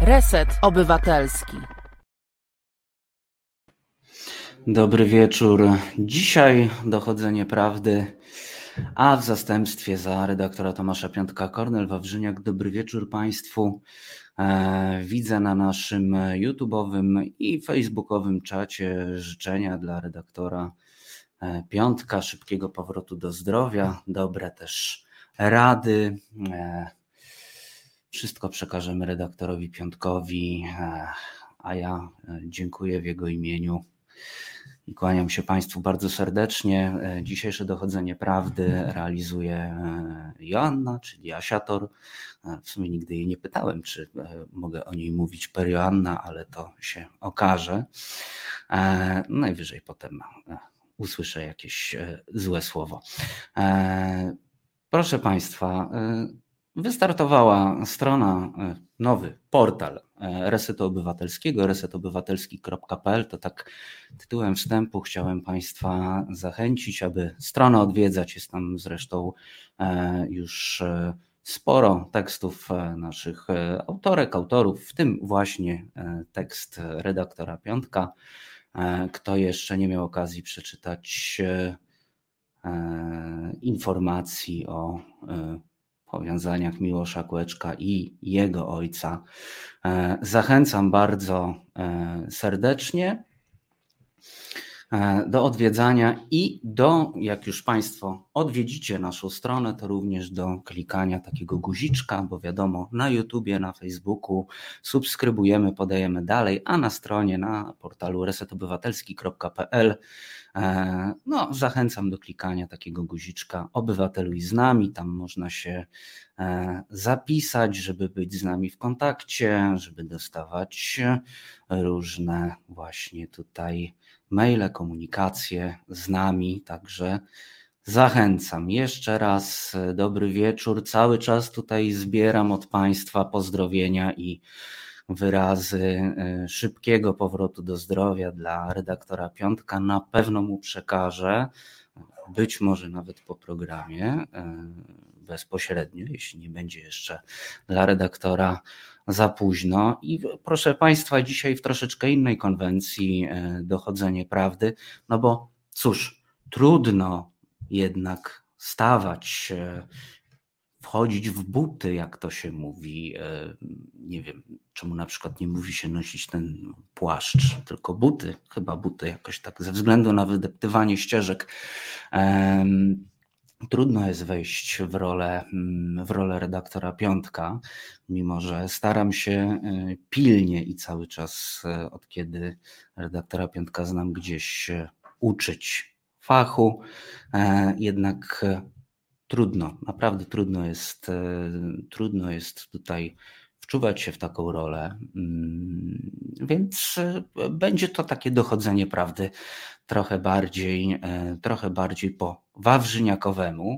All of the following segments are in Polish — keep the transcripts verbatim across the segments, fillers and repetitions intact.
Reset Obywatelski. Dobry wieczór. Dzisiaj dochodzenie prawdy, a w zastępstwie za redaktora Tomasza Piątka Kornel Wawrzyniak. Dobry wieczór Państwu. Widzę na naszym YouTube'owym i facebookowym czacie życzenia dla redaktora Piątka, szybkiego powrotu do zdrowia, dobre też rady. Wszystko przekażemy redaktorowi Piątkowi, a ja dziękuję w jego imieniu i kłaniam się Państwu bardzo serdecznie. Dzisiejsze dochodzenie prawdy realizuje Joanna, czyli Asiator. W sumie nigdy jej nie pytałem, czy mogę o niej mówić per Joanna, ale to się okaże. Najwyżej potem usłyszę jakieś złe słowo. Proszę Państwa, wystartowała strona, nowy portal Resetu Obywatelskiego, reset obywatelski kropka p l. To tak tytułem wstępu chciałem Państwa zachęcić, aby stronę odwiedzać. Jest tam zresztą już sporo tekstów naszych autorek, autorów, w tym właśnie tekst redaktora Piątka. Kto jeszcze nie miał okazji przeczytać informacji o powiązaniach Miłosza Kłeczka i jego ojca, zachęcam bardzo serdecznie do odwiedzania i do, jak już Państwo odwiedzicie naszą stronę, to również do klikania takiego guziczka, bo wiadomo, na YouTubie, na Facebooku subskrybujemy, podajemy dalej, a na stronie, na portalu reset obywatelski kropka p l no, zachęcam do klikania takiego guziczka obywateluj z nami. Tam można się zapisać, żeby być z nami w kontakcie, żeby dostawać różne właśnie tutaj maile, komunikacje z nami, także zachęcam. Jeszcze raz dobry wieczór. Cały czas tutaj zbieram od Państwa pozdrowienia i wyrazy szybkiego powrotu do zdrowia dla redaktora Piątka. Na pewno mu przekażę, być może nawet po programie, bezpośrednio, jeśli nie będzie jeszcze dla redaktora za późno. I proszę Państwa, dzisiaj w troszeczkę innej konwencji dochodzenie prawdy, no bo cóż, trudno jednak stawać, wchodzić w buty, jak to się mówi. Nie wiem, czemu na przykład nie mówi się nosić ten płaszcz, tylko buty, chyba buty jakoś tak, ze względu na wydeptywanie ścieżek. Trudno jest wejść w rolę, w rolę redaktora Piątka, mimo że staram się pilnie i cały czas, od kiedy redaktora Piątka znam, gdzieś uczyć fachu, jednak trudno, naprawdę trudno jest, trudno jest tutaj wczuwać się w taką rolę, więc będzie to takie dochodzenie prawdy trochę bardziej, trochę bardziej po wawrzyniakowemu.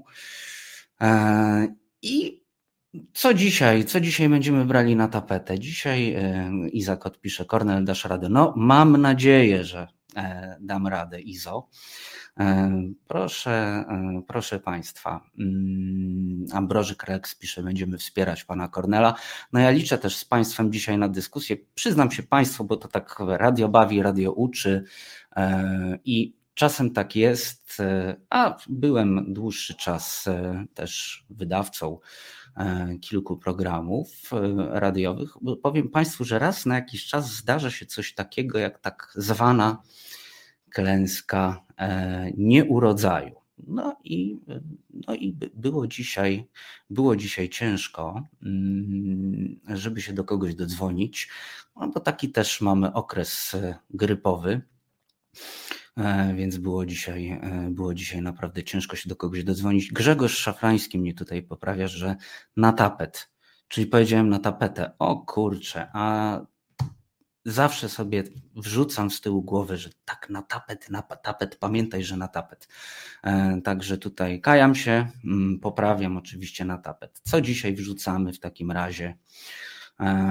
I co dzisiaj, co dzisiaj będziemy brali na tapetę? Dzisiaj Izak odpisze: Kornel, dasz radę? No, mam nadzieję, że dam radę, Izo. Proszę, proszę Państwa, Ambroży Kreks pisze: będziemy wspierać Pana Kornela. No ja liczę też z Państwem dzisiaj na dyskusję. Przyznam się Państwu, bo to tak radio bawi, radio uczy i czasem tak jest, a byłem dłuższy czas też wydawcą kilku programów radiowych. Bo powiem Państwu, że raz na jakiś czas zdarza się coś takiego jak tak zwana klęska nieurodzaju. No i, no i było dzisiaj, było dzisiaj ciężko, żeby się do kogoś dodzwonić, no bo taki też mamy okres grypowy, więc było dzisiaj, było dzisiaj naprawdę ciężko się do kogoś dodzwonić. Grzegorz Szafrański mnie tutaj poprawia, że na tapet, czyli powiedziałem na tapetę. O kurczę, a zawsze sobie wrzucam z tyłu głowy, że tak, na tapet, na tapet, pamiętaj, że na tapet. Także tutaj kajam się, poprawiam oczywiście na tapet. Co dzisiaj wrzucamy w takim razie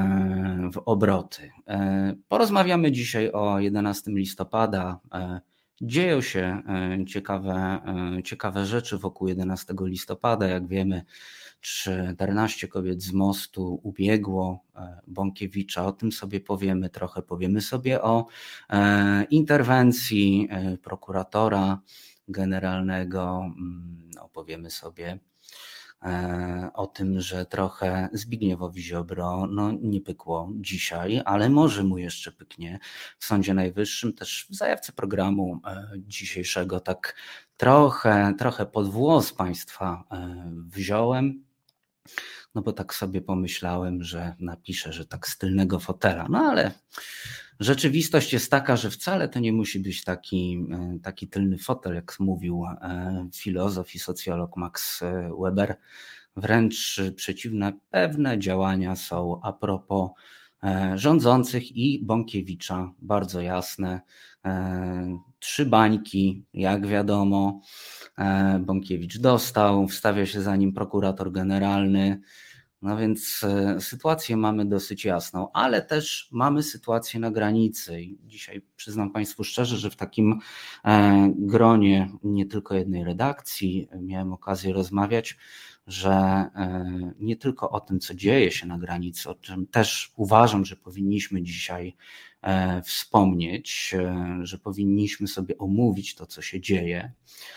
w obroty? Porozmawiamy dzisiaj o jedenastego listopada, Dzieją się ciekawe, ciekawe rzeczy wokół jedenastego listopada. Jak wiemy, czternaście kobiet z mostu ubiegło Bąkiewicza. O tym sobie powiemy trochę. Powiemy sobie o interwencji prokuratora generalnego. Opowiemy sobie o tym, że trochę Zbigniewowi Ziobro no, nie pykło dzisiaj, ale może mu jeszcze pyknie w Sądzie Najwyższym. Też w zajawce programu dzisiejszego tak trochę, trochę pod włos Państwa wziąłem, no bo tak sobie pomyślałem, że napiszę, że tak z tylnego fotela, no ale rzeczywistość jest taka, że wcale to nie musi być taki, taki tylny fotel, jak mówił filozof i socjolog Max Weber. Wręcz przeciwne, pewne działania są a propos rządzących i Bąkiewicza bardzo jasne. Trzy bańki, jak wiadomo, Bąkiewicz dostał, wstawia się za nim prokurator generalny. No więc sytuację mamy dosyć jasną, ale też mamy sytuację na granicy. I dzisiaj przyznam Państwu szczerze, że w takim gronie nie tylko jednej redakcji miałem okazję rozmawiać, że nie tylko o tym, co dzieje się na granicy, o czym też uważam, że powinniśmy dzisiaj wspomnieć, że powinniśmy sobie omówić to, co się dzieje,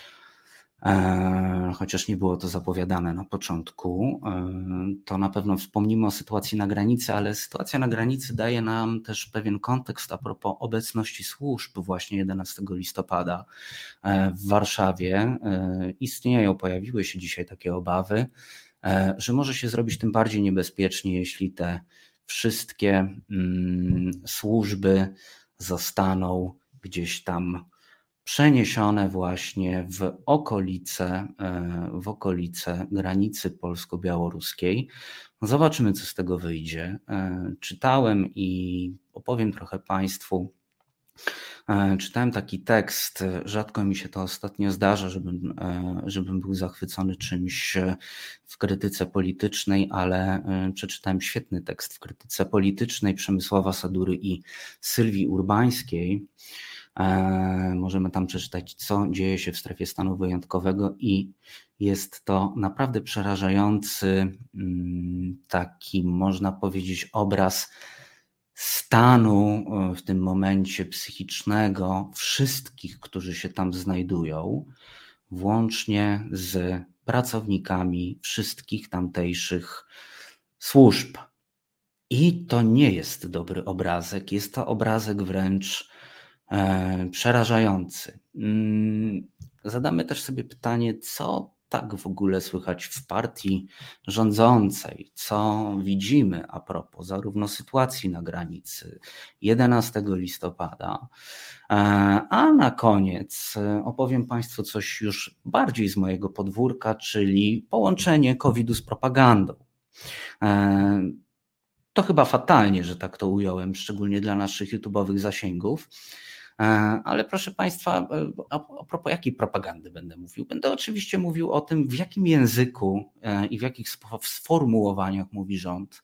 chociaż nie było to zapowiadane na początku, to na pewno wspomnimy o sytuacji na granicy, ale sytuacja na granicy daje nam też pewien kontekst a propos obecności służb właśnie jedenastego listopada w Warszawie. Istnieją, pojawiły się dzisiaj takie obawy, że może się zrobić tym bardziej niebezpiecznie, jeśli te wszystkie służby zostaną gdzieś tam przeniesione właśnie w okolice, w okolice granicy polsko-białoruskiej. Zobaczymy, co z tego wyjdzie. Czytałem i opowiem trochę Państwu. Czytałem taki tekst, rzadko mi się to ostatnio zdarza, żebym, żebym był zachwycony czymś w krytyce politycznej, ale przeczytałem świetny tekst w krytyce politycznej Przemysława Sadury i Sylwii Urbańskiej. Możemy tam przeczytać, co dzieje się w strefie stanu wyjątkowego i jest to naprawdę przerażający taki, można powiedzieć, obraz stanu w tym momencie psychicznego wszystkich, którzy się tam znajdują, włącznie z pracownikami wszystkich tamtejszych służb. I to nie jest dobry obrazek, jest to obrazek wręcz przerażający. Zadamy też sobie pytanie, co tak w ogóle słychać w partii rządzącej, co widzimy a propos zarówno sytuacji na granicy jedenastego listopada, a na koniec opowiem Państwu coś już bardziej z mojego podwórka, czyli połączenie kowida z propagandą. To chyba fatalnie, że tak to ująłem, szczególnie dla naszych YouTube'owych zasięgów. Ale proszę Państwa, a propos jakiej propagandy będę mówił? Będę oczywiście mówił o tym, w jakim języku i w jakich sformułowaniach mówi rząd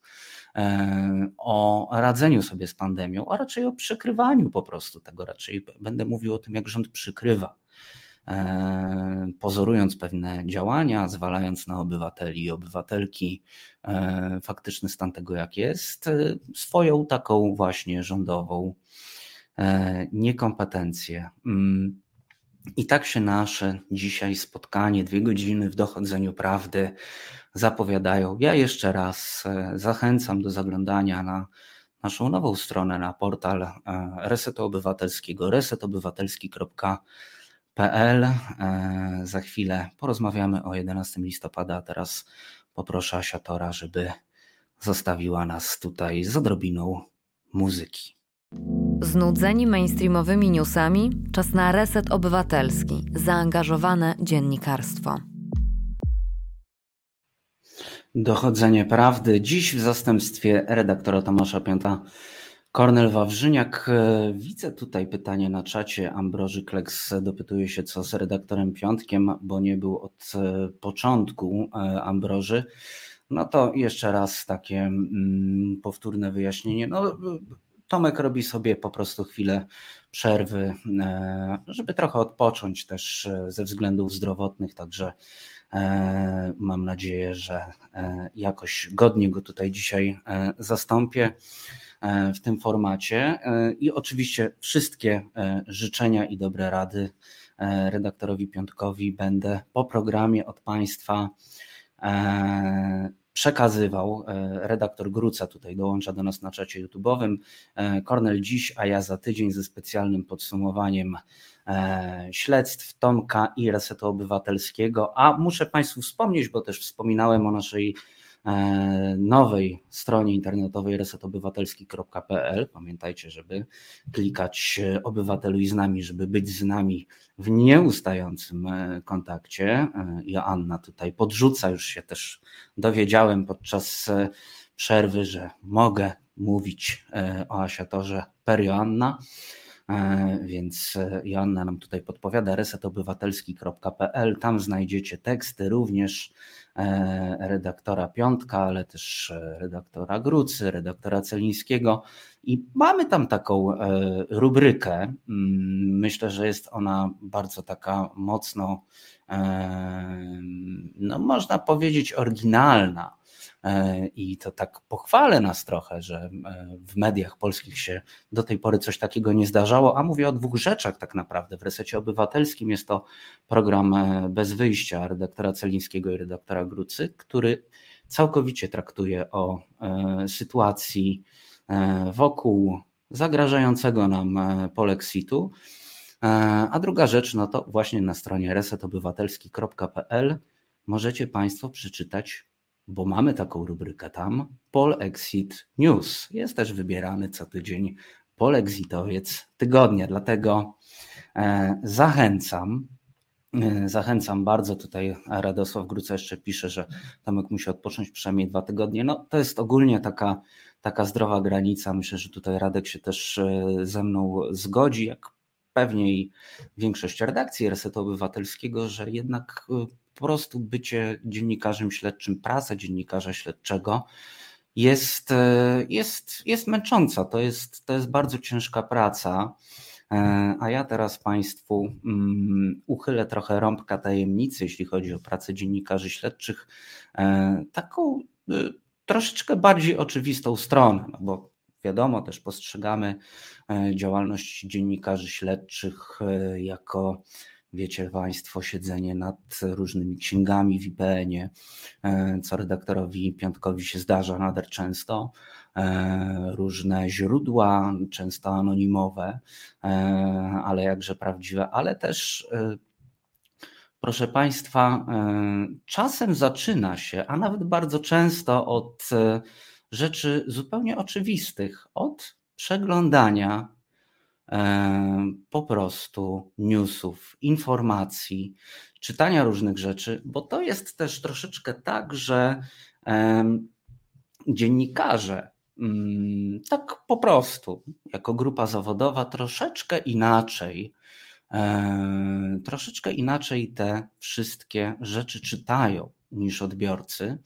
o radzeniu sobie z pandemią, a raczej o przykrywaniu po prostu tego. Raczej będę mówił o tym, jak rząd przykrywa, pozorując pewne działania, zwalając na obywateli i obywatelki faktyczny stan tego, jak jest, swoją taką właśnie rządową niekompetencje. I tak się nasze dzisiaj spotkanie, dwie godziny w dochodzeniu prawdy zapowiadają. Ja jeszcze raz zachęcam do zaglądania na naszą nową stronę, na portal Resetu Obywatelskiego, reset obywatelski kropka p l. Za chwilę porozmawiamy o jedenastego listopada, a teraz poproszę Asiatora, żeby zostawiła nas tutaj z odrobiną muzyki. Znudzeni mainstreamowymi newsami? Czas na Reset Obywatelski. Zaangażowane dziennikarstwo. Dochodzenie prawdy. Dziś w zastępstwie redaktora Tomasza Piąta Kornel Wawrzyniak. Widzę tutaj pytanie na czacie. Ambroży Kleks dopytuje się, co z redaktorem Piątkiem, bo nie był od początku Ambroży. No to jeszcze raz takie powtórne wyjaśnienie. No, Tomek robi sobie po prostu chwilę przerwy, żeby trochę odpocząć też ze względów zdrowotnych, także mam nadzieję, że jakoś godnie go tutaj dzisiaj zastąpię w tym formacie i oczywiście wszystkie życzenia i dobre rady redaktorowi Piątkowi będę po programie od Państwa przekazywał. Redaktor Gruca tutaj dołącza do nas na czacie YouTube'owym. Kornel dziś, a ja za tydzień ze specjalnym podsumowaniem śledztw Tomka i Resetu Obywatelskiego. A muszę Państwu wspomnieć, bo też wspominałem o naszej nowej stronie internetowej reset obywatelski kropka p l. Pamiętajcie, żeby klikać obywateluj z nami, żeby być z nami w nieustającym kontakcie. Joanna tutaj podrzuca, już się też dowiedziałem podczas przerwy, że mogę mówić o Asiatorze per Joanna, więc Joanna nam tutaj podpowiada reset obywatelski kropka p l. Tam znajdziecie teksty również redaktora Piątka, ale też redaktora Grucy, redaktora Celińskiego i mamy tam taką rubrykę. Myślę, że jest ona bardzo taka mocno, no można powiedzieć, oryginalna. I to tak pochwalę nas trochę, że w mediach polskich się do tej pory coś takiego nie zdarzało, a mówię o dwóch rzeczach tak naprawdę. W Resecie Obywatelskim jest to program Bez Wyjścia redaktora Celińskiego i redaktora Grucy, który całkowicie traktuje o sytuacji wokół zagrażającego nam polexitu. A druga rzecz, no to właśnie na stronie reset obywatelski kropka p l możecie Państwo przeczytać, bo mamy taką rubrykę tam, Polexit News. Jest też wybierany co tydzień polexitowiec tygodnia, dlatego zachęcam, zachęcam bardzo. Tutaj Radosław Gruca jeszcze pisze, że Tomek musi odpocząć przynajmniej dwa tygodnie. No to jest ogólnie taka, taka zdrowa granica. Myślę, że tutaj Radek się też ze mną zgodzi, jak pewnie i większość redakcji Resetu Obywatelskiego, że jednak po prostu bycie dziennikarzem śledczym, praca dziennikarza śledczego jest, jest, jest męcząca. To jest, to jest bardzo ciężka praca. A ja teraz Państwu uchylę trochę rąbka tajemnicy, jeśli chodzi o pracę dziennikarzy śledczych, taką troszeczkę bardziej oczywistą stronę, no bo wiadomo, też postrzegamy działalność dziennikarzy śledczych jako, wiecie Państwo, siedzenie nad różnymi księgami w I P N-ie, co redaktorowi Piątkowi się zdarza nader często, różne źródła, często anonimowe, ale jakże prawdziwe, ale też, proszę Państwa, czasem zaczyna się, a nawet bardzo często od rzeczy zupełnie oczywistych, od przeglądania po prostu newsów, informacji, czytania różnych rzeczy, bo to jest też troszeczkę tak, że dziennikarze tak po prostu jako grupa zawodowa troszeczkę inaczej, troszeczkę inaczej te wszystkie rzeczy czytają niż odbiorcy.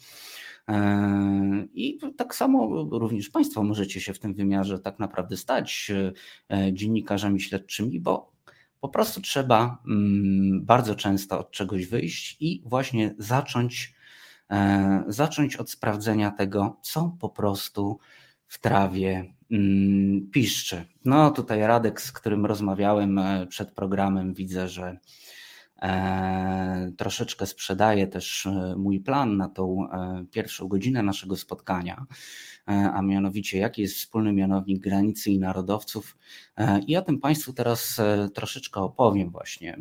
I tak samo również Państwo możecie się w tym wymiarze tak naprawdę stać dziennikarzami śledczymi, bo po prostu trzeba bardzo często od czegoś wyjść i właśnie zacząć, zacząć od sprawdzenia tego, co po prostu w trawie piszczy. No tutaj Radek, z którym rozmawiałem przed programem, widzę, że troszeczkę sprzedaje też mój plan na tą pierwszą godzinę naszego spotkania, a mianowicie jaki jest wspólny mianownik granicy i narodowców. I o tym Państwu teraz troszeczkę opowiem właśnie,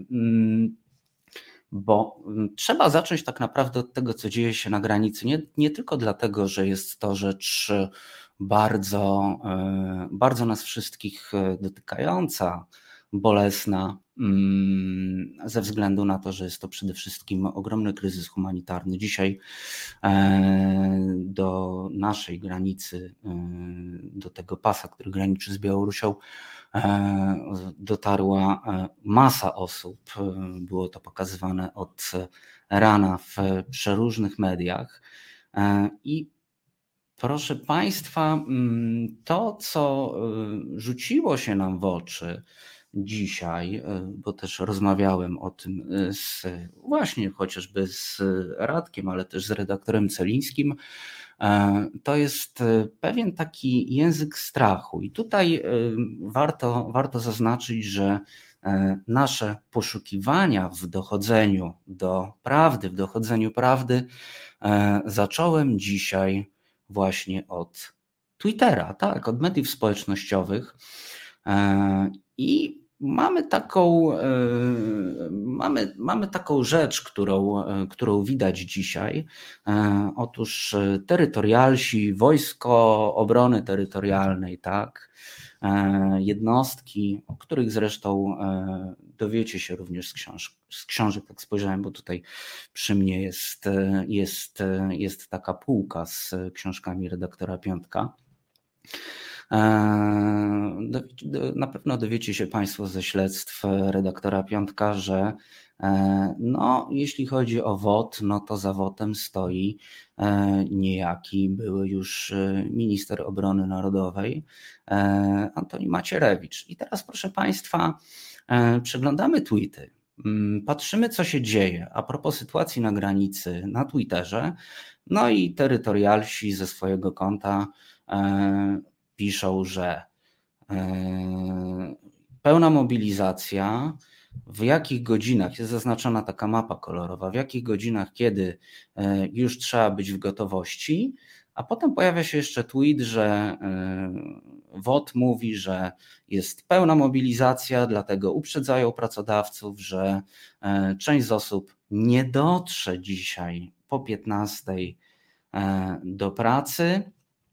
bo trzeba zacząć tak naprawdę od tego, co dzieje się na granicy, nie, nie tylko dlatego, że jest to rzecz bardzo, bardzo nas wszystkich dotykająca, bolesna, ze względu na to, że jest to przede wszystkim ogromny kryzys humanitarny. Dzisiaj do naszej granicy, do tego pasa, który graniczy z Białorusią, dotarła masa osób. Było to pokazywane od rana w przeróżnych mediach i Proszę Państwa, to co rzuciło się nam w oczy dzisiaj, bo też rozmawiałem o tym z, właśnie chociażby z Radkiem, ale też z redaktorem Celińskim, to jest pewien taki język strachu. I tutaj warto, warto zaznaczyć, że nasze poszukiwania w dochodzeniu do prawdy, w dochodzeniu prawdy zacząłem dzisiaj właśnie od Twittera, tak, od mediów społecznościowych. I mamy taką, mamy, mamy taką rzecz, którą, którą widać dzisiaj. Otóż terytorialsi, Wojsko Obrony Terytorialnej, tak, jednostki, o których zresztą dowiecie się również z, książ- z książek, tak spojrzałem, bo tutaj przy mnie jest, jest, jest taka półka z książkami redaktora Piątka. Na pewno dowiecie się Państwo ze śledztw redaktora Piątka, że no, jeśli chodzi o W O T, no to za W O T-em stoi niejaki były już minister obrony narodowej Antoni Macierewicz. I teraz, proszę Państwa, przeglądamy tweety, patrzymy, co się dzieje a propos sytuacji na granicy na Twitterze, no i terytorialsi ze swojego konta piszą, że pełna mobilizacja, w jakich godzinach, jest zaznaczona taka mapa kolorowa, w jakich godzinach, kiedy już trzeba być w gotowości, a potem pojawia się jeszcze tweet, że W O T mówi, że jest pełna mobilizacja, dlatego uprzedzają pracodawców, że część z osób nie dotrze dzisiaj po piętnastej do pracy.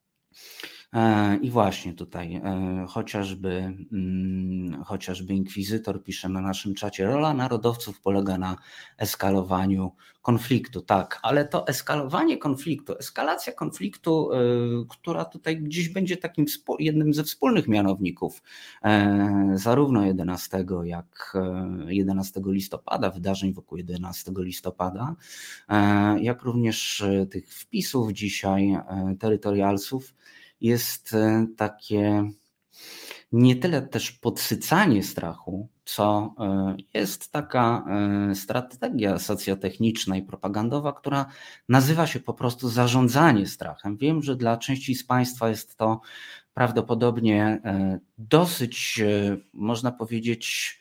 I właśnie tutaj chociażby, chociażby inkwizytor pisze na naszym czacie, rola narodowców polega na eskalowaniu konfliktu. Tak, ale to eskalowanie konfliktu, eskalacja konfliktu, która tutaj gdzieś będzie takim jednym ze wspólnych mianowników zarówno jedenastego jak jedenastego listopada, wydarzeń wokół jedenastego listopada, jak również tych wpisów dzisiaj terytorialsów, jest takie nie tyle też podsycanie strachu, co jest taka strategia socjotechniczna i propagandowa, która nazywa się po prostu zarządzanie strachem. Wiem, że dla części z Państwa jest to prawdopodobnie dosyć, można powiedzieć,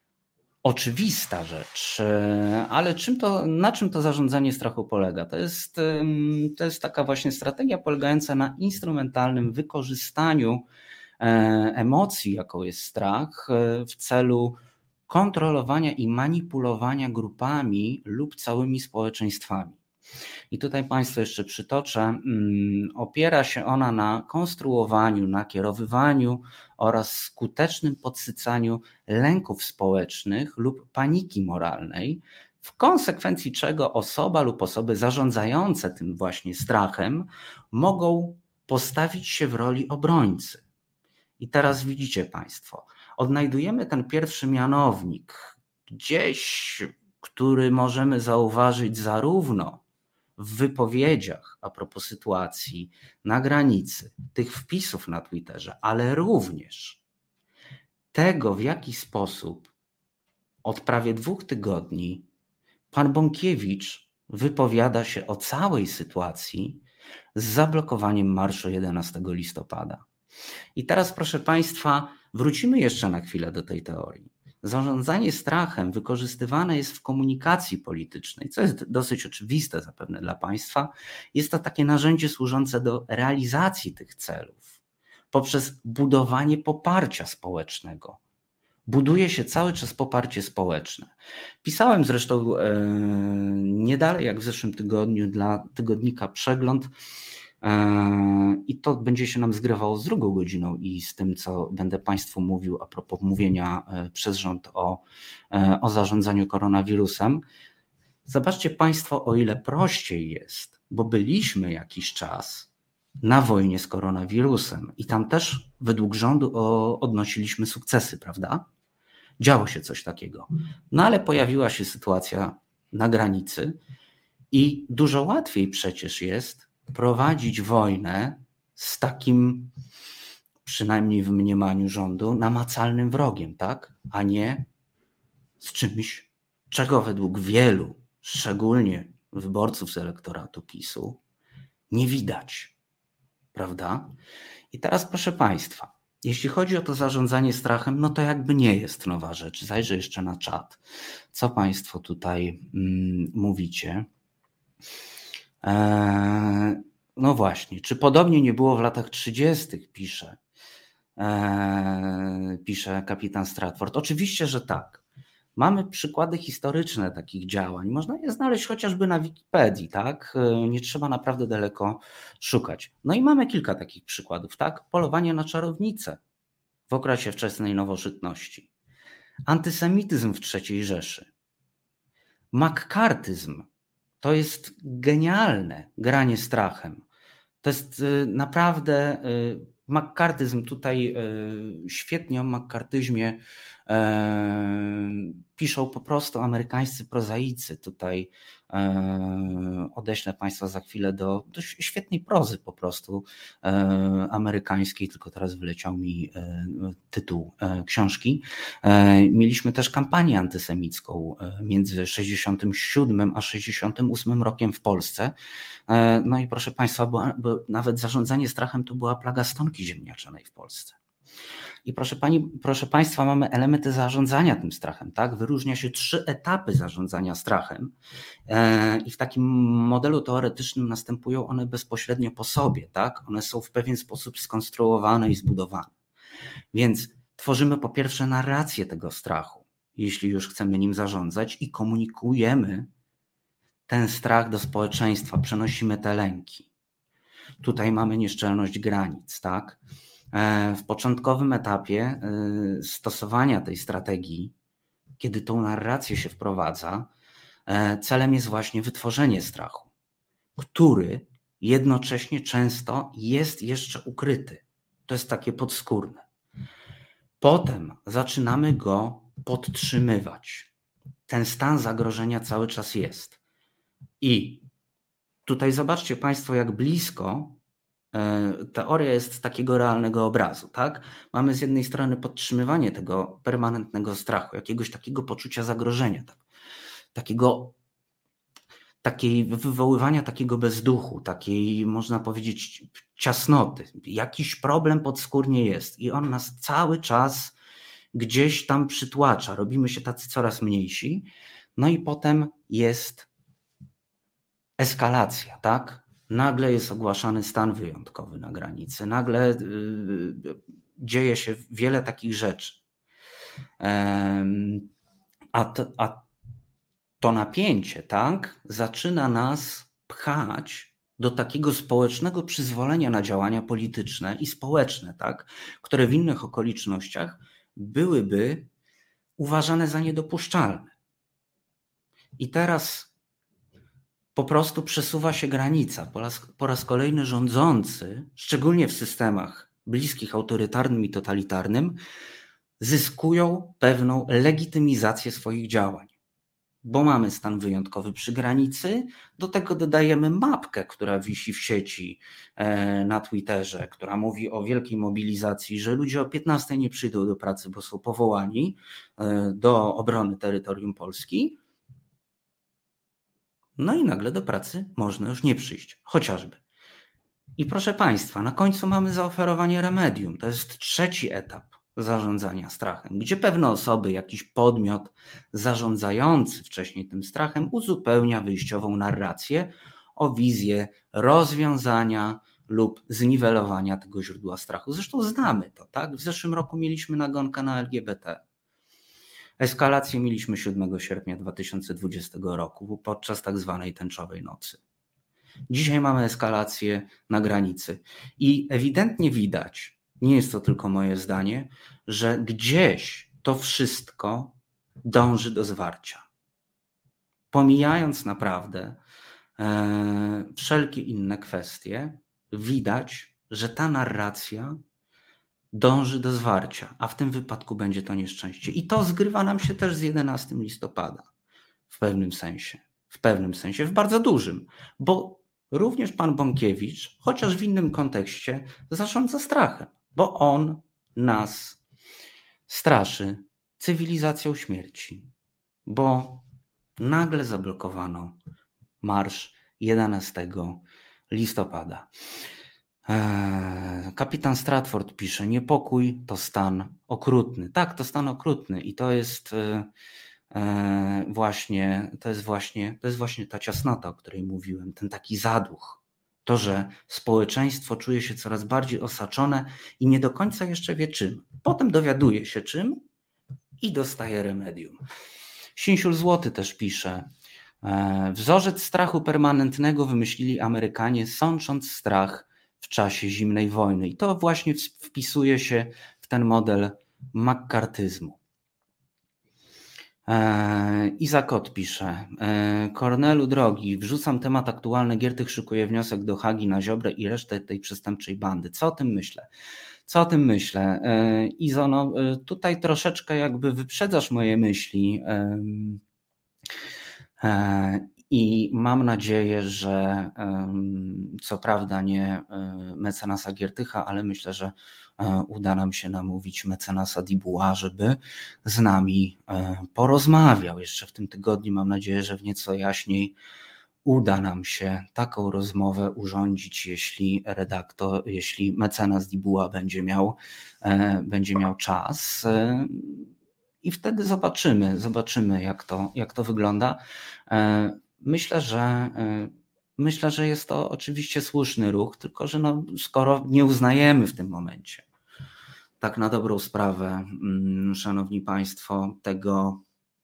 oczywista rzecz, ale czym to, na czym to zarządzanie strachu polega? To jest, to jest taka właśnie strategia polegająca na instrumentalnym wykorzystaniu emocji, jaką jest strach, w celu kontrolowania i manipulowania grupami lub całymi społeczeństwami. I tutaj Państwu jeszcze przytoczę, opiera się ona na konstruowaniu, nakierowywaniu oraz skutecznym podsycaniu lęków społecznych lub paniki moralnej, w konsekwencji czego osoba lub osoby zarządzające tym właśnie strachem mogą postawić się w roli obrońcy. I teraz widzicie Państwo, odnajdujemy ten pierwszy mianownik gdzieś, który możemy zauważyć zarówno w wypowiedziach a propos sytuacji na granicy, tych wpisów na Twitterze, ale również tego, w jaki sposób od prawie dwóch tygodni pan Bąkiewicz wypowiada się o całej sytuacji z zablokowaniem marszu jedenastego listopada. I teraz, proszę Państwa, wrócimy jeszcze na chwilę do tej teorii. Zarządzanie strachem wykorzystywane jest w komunikacji politycznej, co jest dosyć oczywiste zapewne dla Państwa. Jest to takie narzędzie służące do realizacji tych celów poprzez budowanie poparcia społecznego. Buduje się cały czas poparcie społeczne. Pisałem zresztą e, nie dalej jak w zeszłym tygodniu dla tygodnika Przegląd, i to będzie się nam zgrywało z drugą godziną i z tym, co będę Państwu mówił a propos mówienia przez rząd o, o zarządzaniu koronawirusem. Zobaczcie Państwo, o ile prościej jest, bo byliśmy jakiś czas na wojnie z koronawirusem i tam też według rządu odnosiliśmy sukcesy, prawda? Działo się coś takiego. No ale pojawiła się sytuacja na granicy i dużo łatwiej przecież jest prowadzić wojnę z takim, przynajmniej w mniemaniu rządu, namacalnym wrogiem, tak? A nie z czymś, czego według wielu, szczególnie wyborców z elektoratu PiSu, nie widać, prawda? I teraz proszę Państwa, jeśli chodzi o to zarządzanie strachem, no to jakby nie jest nowa rzecz. Zajrzę jeszcze na czat. Co Państwo tutaj mm, mówicie? Eee, no właśnie, czy podobnie nie było w latach trzydziestych, pisze, eee, pisze kapitan Stratford. Oczywiście, że tak. Mamy przykłady historyczne takich działań. Można je znaleźć chociażby na Wikipedii, tak? Nie trzeba naprawdę daleko szukać. No i mamy kilka takich przykładów, tak? Polowanie na czarownice w okresie wczesnej nowożytności. Antysemityzm w trzeciej Rzeszy. Makkartyzm. To jest genialne granie strachem. To jest naprawdę makkartyzm. Tutaj świetnie o makkartyzmie piszą po prostu amerykańscy prozaicy. Tutaj odeślę Państwa za chwilę do, do świetnej prozy po prostu amerykańskiej, tylko teraz wyleciał mi tytuł książki. Mieliśmy też kampanię antysemicką między sześćdziesiątym siódmym a sześćdziesiątym ósmym rokiem w Polsce. No i proszę Państwa, bo, bo nawet zarządzanie strachem to była plaga stonki ziemniaczanej w Polsce. I proszę Pani, proszę Państwa, mamy elementy zarządzania tym strachem, tak? Wyróżnia się trzy etapy zarządzania strachem i w takim modelu teoretycznym następują one bezpośrednio po sobie, tak? One są w pewien sposób skonstruowane i zbudowane. Więc tworzymy po pierwsze narrację tego strachu, jeśli już chcemy nim zarządzać i komunikujemy ten strach do społeczeństwa, przenosimy te lęki. Tutaj mamy nieszczelność granic, tak? W początkowym etapie stosowania tej strategii, kiedy tą narrację się wprowadza, celem jest właśnie wytworzenie strachu, który jednocześnie często jest jeszcze ukryty. To jest takie podskórne. Potem zaczynamy go podtrzymywać. Ten stan zagrożenia cały czas jest. I tutaj zobaczcie Państwo, jak blisko teoria jest z takiego realnego obrazu, tak? Mamy z jednej strony podtrzymywanie tego permanentnego strachu, jakiegoś takiego poczucia zagrożenia, tak? takiego, takiej wywoływania takiego bezduchu, takiej, można powiedzieć, ciasnoty. Jakiś problem podskórnie jest i on nas cały czas gdzieś tam przytłacza. Robimy się tacy coraz mniejsi. No i potem jest eskalacja, tak? Nagle jest ogłaszany stan wyjątkowy na granicy, nagle yy, dzieje się wiele takich rzeczy. Yy, a, to, a to napięcie, tak, zaczyna nas pchać do takiego społecznego przyzwolenia na działania polityczne i społeczne, tak, które w innych okolicznościach byłyby uważane za niedopuszczalne. I teraz po prostu przesuwa się granica. Po raz, po raz kolejny rządzący, szczególnie w systemach bliskich autorytarnym i totalitarnym, zyskują pewną legitymizację swoich działań. Bo mamy stan wyjątkowy przy granicy, do tego dodajemy mapkę, która wisi w sieci na Twitterze, która mówi o wielkiej mobilizacji, że ludzie o piętnastej nie przyjdą do pracy, bo są powołani do obrony terytorium Polski. No i nagle do pracy można już nie przyjść, chociażby. I proszę Państwa, na końcu mamy zaoferowanie remedium. To jest trzeci etap zarządzania strachem, gdzie pewne osoby, jakiś podmiot zarządzający wcześniej tym strachem uzupełnia wyjściową narrację o wizję rozwiązania lub zniwelowania tego źródła strachu. Zresztą znamy to, tak? W zeszłym roku mieliśmy nagonkę na L G B T. Eskalację mieliśmy siódmego sierpnia dwa tysiące dwudziestego roku podczas tak zwanej tęczowej nocy. Dzisiaj mamy eskalację na granicy i ewidentnie widać, nie jest to tylko moje zdanie, że gdzieś to wszystko dąży do zwarcia. Pomijając naprawdę e, wszelkie inne kwestie, widać, że ta narracja dąży do zwarcia, a w tym wypadku będzie to nieszczęście. I to zgrywa nam się też z jedenastego listopada w pewnym sensie, w pewnym sensie, w bardzo dużym, bo również pan Bąkiewicz, chociaż w innym kontekście, zarządza strachem, bo on nas straszy cywilizacją śmierci, bo nagle zablokowano marsz jedenastego listopada. Kapitan Stratford pisze, niepokój to stan okrutny. Tak, to stan okrutny i to jest właśnie, to jest właśnie, to jest właśnie ta ciasnota, o której mówiłem, ten taki zaduch. To, że społeczeństwo czuje się coraz bardziej osaczone i nie do końca jeszcze wie czym. Potem dowiaduje się czym i dostaje remedium. Sinsiul Złoty też pisze, wzorzec strachu permanentnego wymyślili Amerykanie, sącząc strach w czasie zimnej wojny. I to właśnie wpisuje się w ten model makkartyzmu. Izakot pisze, Kornelu drogi, wrzucam temat aktualny, Giertych szykuje wniosek do Hagi na Ziobrę i resztę tej przestępczej bandy. Co o tym myślę? Co o tym myślę? Izo, no, tutaj troszeczkę jakby wyprzedzasz moje myśli i mam nadzieję, że co prawda nie mecenasa Giertycha, ale myślę, że uda nam się namówić mecenasa Dibuła, żeby z nami porozmawiał. Jeszcze w tym tygodniu mam nadzieję, że w nieco jaśniej uda nam się taką rozmowę urządzić, jeśli redaktor, jeśli mecenas Dibuła będzie miał, będzie miał czas. I wtedy zobaczymy, zobaczymy jak to, jak to wygląda. Myślę, że myślę, że jest to oczywiście słuszny ruch, tylko że no, skoro nie uznajemy w tym momencie, tak na dobrą sprawę, szanowni państwo, tego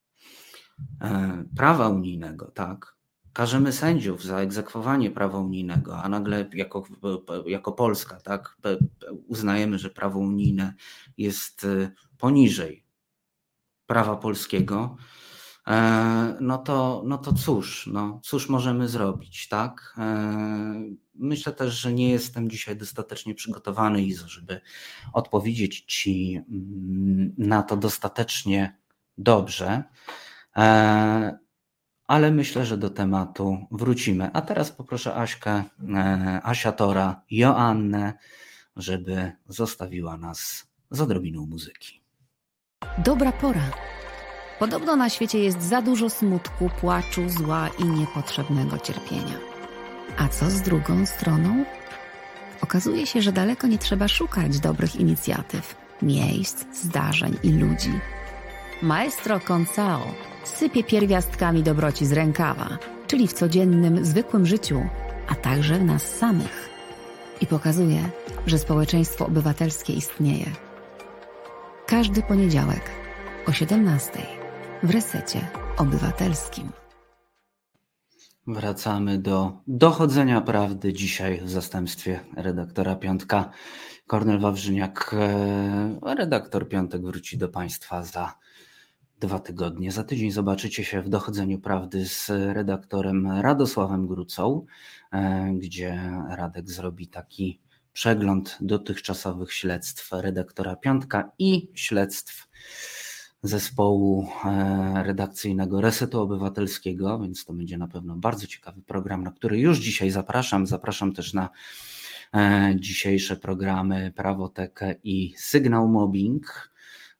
prawa unijnego, tak, karzemy sędziów za egzekwowanie prawa unijnego, a nagle jako, jako Polska, tak, uznajemy, że prawo unijne jest poniżej prawa polskiego, no to, no to cóż, no cóż możemy zrobić, tak? Myślę też, że nie jestem dzisiaj dostatecznie przygotowany, Izo, żeby odpowiedzieć ci na to dostatecznie dobrze, ale myślę, że do tematu wrócimy. A teraz poproszę Aśkę, Asiatora, Joannę, żeby zostawiła nas z odrobiną muzyki. Dobra pora. Podobno na świecie jest za dużo smutku, płaczu, zła i niepotrzebnego cierpienia. A co z drugą stroną? Okazuje się, że daleko nie trzeba szukać dobrych inicjatyw, miejsc, zdarzeń i ludzi. Maestro Concao sypie pierwiastkami dobroci z rękawa, czyli w codziennym, zwykłym życiu, a także w nas samych. I pokazuje, że społeczeństwo obywatelskie istnieje. Każdy poniedziałek o siedemnastej w Resecie Obywatelskim. Wracamy do dochodzenia prawdy dzisiaj w zastępstwie redaktora Piątka. Kornel Wawrzyniak, redaktor Piątek wróci do Państwa za dwa tygodnie. Za tydzień zobaczycie się w Dochodzeniu Prawdy z redaktorem Radosławem Grucą, gdzie Radek zrobi taki przegląd dotychczasowych śledztw redaktora Piątka i śledztw zespołu redakcyjnego Resetu Obywatelskiego, więc to będzie na pewno bardzo ciekawy program, na który już dzisiaj zapraszam. Zapraszam też na dzisiejsze programy Prawotekę i Sygnał Mobbing.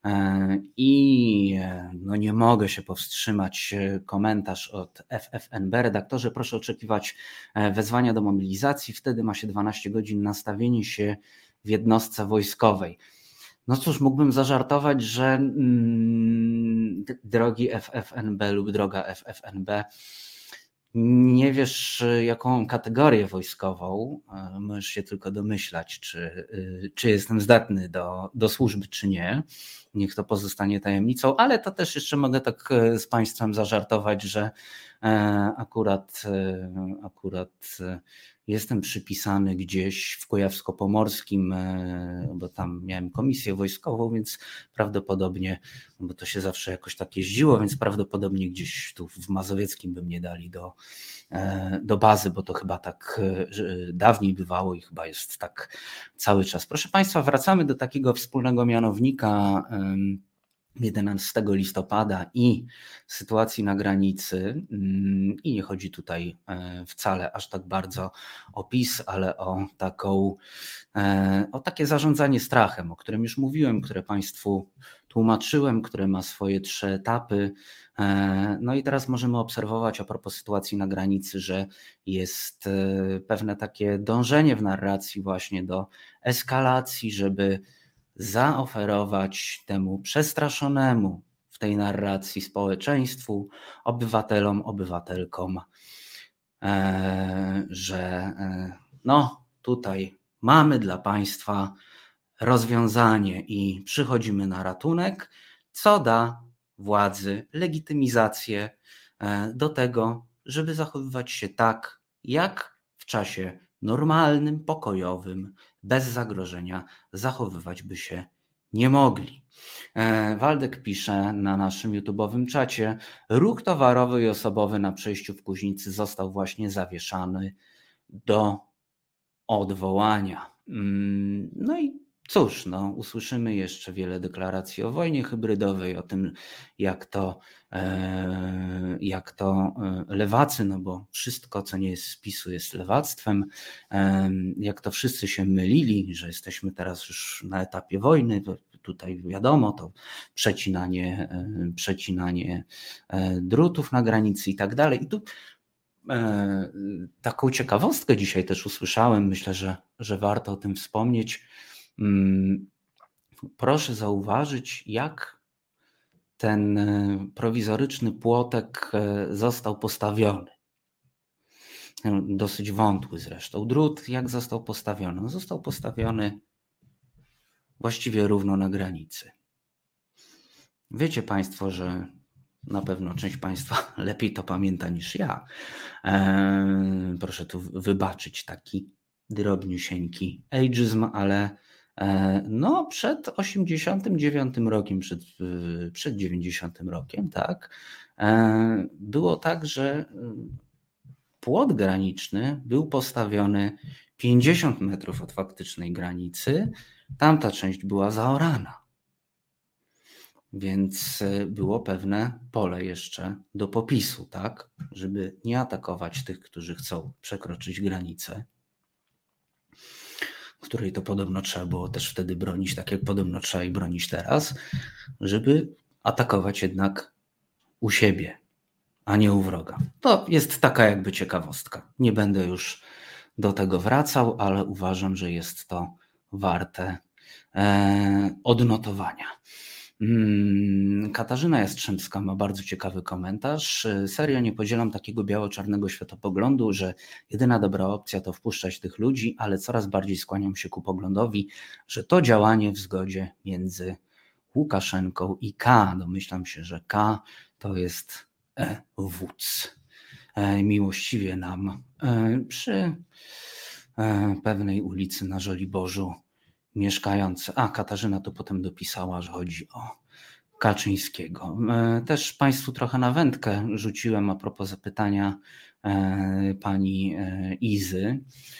I no nie mogę się powstrzymać, komentarz od F F N B. Redaktorze, proszę oczekiwać wezwania do mobilizacji, wtedy ma się dwanaście godzin na stawienie się w jednostce wojskowej. No cóż, mógłbym zażartować, że mm, drogi F F N B lub droga F F N B, nie wiesz jaką kategorię wojskową, możesz się tylko domyślać, czy, czy jestem zdatny do, do służby, czy nie. Niech to pozostanie tajemnicą, ale to też jeszcze mogę tak z Państwem zażartować, że akurat, akurat jestem przypisany gdzieś w Kujawsko-Pomorskim, bo tam miałem komisję wojskową, więc prawdopodobnie, bo to się zawsze jakoś tak jeździło, więc prawdopodobnie gdzieś tu w Mazowieckim by mnie dali do, do bazy, bo to chyba tak dawniej bywało i chyba jest tak cały czas. Proszę Państwa, wracamy do takiego wspólnego mianownika jedenastego listopada i sytuacji na granicy, i nie chodzi tutaj wcale aż tak bardzo o PiS, ale o taką, o takie zarządzanie strachem, o którym już mówiłem, które Państwu tłumaczyłem, które ma swoje trzy etapy. No i teraz możemy obserwować a propos sytuacji na granicy, że jest pewne takie dążenie w narracji właśnie do eskalacji, żeby zaoferować temu przestraszonemu w tej narracji społeczeństwu, obywatelom, obywatelkom, że no tutaj mamy dla Państwa rozwiązanie i przychodzimy na ratunek, co da władzy legitymizację do tego, żeby zachowywać się tak, jak w czasie normalnym, pokojowym, bez zagrożenia zachowywać by się nie mogli. Waldek pisze na naszym YouTube'owym czacie: ruch towarowy i osobowy na przejściu w Kuźnicy został właśnie zawieszany do odwołania. No i cóż, no, usłyszymy jeszcze wiele deklaracji o wojnie hybrydowej, o tym, jak to, jak to lewacy, no bo wszystko, co nie jest z PiS-u, jest lewactwem, jak to wszyscy się mylili, że jesteśmy teraz już na etapie wojny. Tutaj wiadomo, to przecinanie, przecinanie drutów na granicy i tak dalej. I tu taką ciekawostkę dzisiaj też usłyszałem, myślę, że, że warto o tym wspomnieć. Proszę zauważyć, jak ten prowizoryczny płotek został postawiony. Dosyć wątły zresztą. Drut jak został postawiony? Został postawiony właściwie równo na granicy. Wiecie Państwo, że na pewno część Państwa lepiej to pamięta niż ja. Eee, proszę tu wybaczyć taki drobniusieńki ageizm, ale no przed osiemdziesiątym dziewiątym rokiem, przed, przed dziewięćdziesiątym rokiem, tak, było tak, że płot graniczny był postawiony pięćdziesiąt metrów od faktycznej granicy, tamta część była zaorana, więc było pewne pole jeszcze do popisu, tak, żeby nie atakować tych, którzy chcą przekroczyć granicę, której to podobno trzeba było też wtedy bronić, tak jak podobno trzeba i bronić teraz, żeby atakować jednak u siebie, a nie u wroga. To jest taka jakby ciekawostka. Nie będę już do tego wracał, ale uważam, że jest to warte e, odnotowania. Katarzyna Jastrzębska ma bardzo ciekawy komentarz. Serio nie podzielam takiego biało-czarnego światopoglądu, że jedyna dobra opcja to wpuszczać tych ludzi, ale coraz bardziej skłaniam się ku poglądowi, że to działanie w zgodzie między Łukaszenką i K. Domyślam się, że K to jest e, wódz. E, miłościwie nam e, przy e, pewnej ulicy na Żoliborzu mieszkający. A Katarzyna tu potem dopisała, że chodzi o Kaczyńskiego. Też Państwu trochę na wędkę rzuciłem a propos zapytania pani Izy,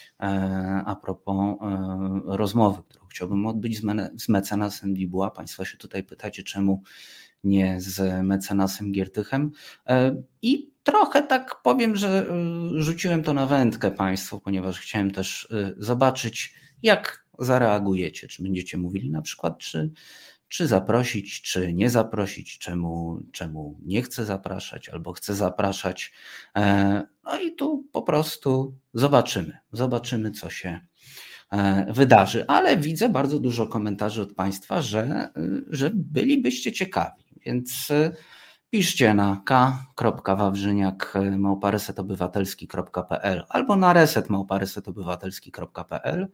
a propos rozmowy, którą chciałbym odbyć z mecenasem Dibuła. Państwo się tutaj pytacie, czemu nie z mecenasem Giertychem. I trochę tak powiem, że rzuciłem to na wędkę Państwu, ponieważ chciałem też zobaczyć, jak zareagujecie. Czy będziecie mówili na przykład, czy, czy zaprosić, czy nie zaprosić, czemu, czemu nie chcę zapraszać albo chcę zapraszać. No i tu po prostu zobaczymy. Zobaczymy, co się wydarzy. Ale widzę bardzo dużo komentarzy od Państwa, że, że bylibyście ciekawi, więc piszcie na k kropka wawrzyniak małpa reset obywatelski kropka p l albo na reset małpa reset obywatelski kropka p l.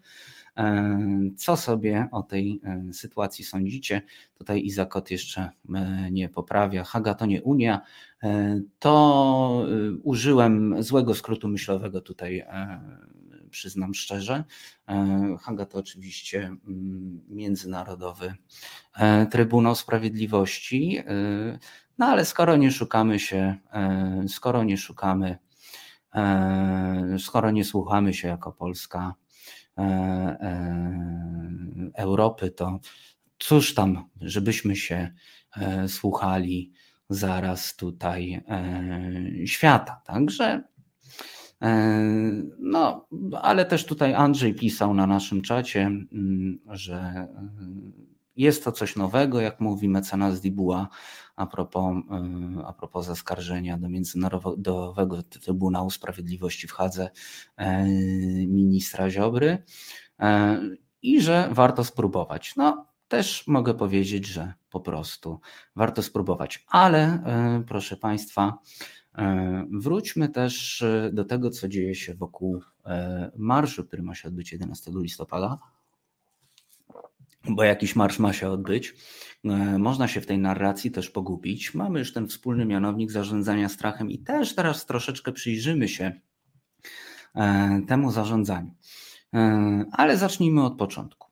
Co sobie o tej sytuacji sądzicie? Tutaj Izakot jeszcze nie poprawia. Haga to nie Unia. To użyłem złego skrótu myślowego tutaj, przyznam szczerze. Haga to oczywiście Międzynarodowy Trybunał Sprawiedliwości. No ale skoro nie szukamy się, skoro nie szukamy, skoro nie słuchamy się jako Polska Europy, to, cóż tam, żebyśmy się słuchali zaraz tutaj świata. Także no, ale też tutaj Andrzej pisał na naszym czacie, że jest to coś nowego, jak mówi mecenas Dibuła, a propos, a propos zaskarżenia do Międzynarodowego Trybunału Sprawiedliwości w Hadze ministra Ziobry i że warto spróbować. No, też mogę powiedzieć, że po prostu warto spróbować, ale proszę Państwa, wróćmy też do tego, co dzieje się wokół marszu, który ma się odbyć jedenastego listopada, bo jakiś marsz ma się odbyć. Można się w tej narracji też pogubić. Mamy już ten wspólny mianownik zarządzania strachem i też teraz troszeczkę przyjrzymy się temu zarządzaniu. Ale zacznijmy od początku.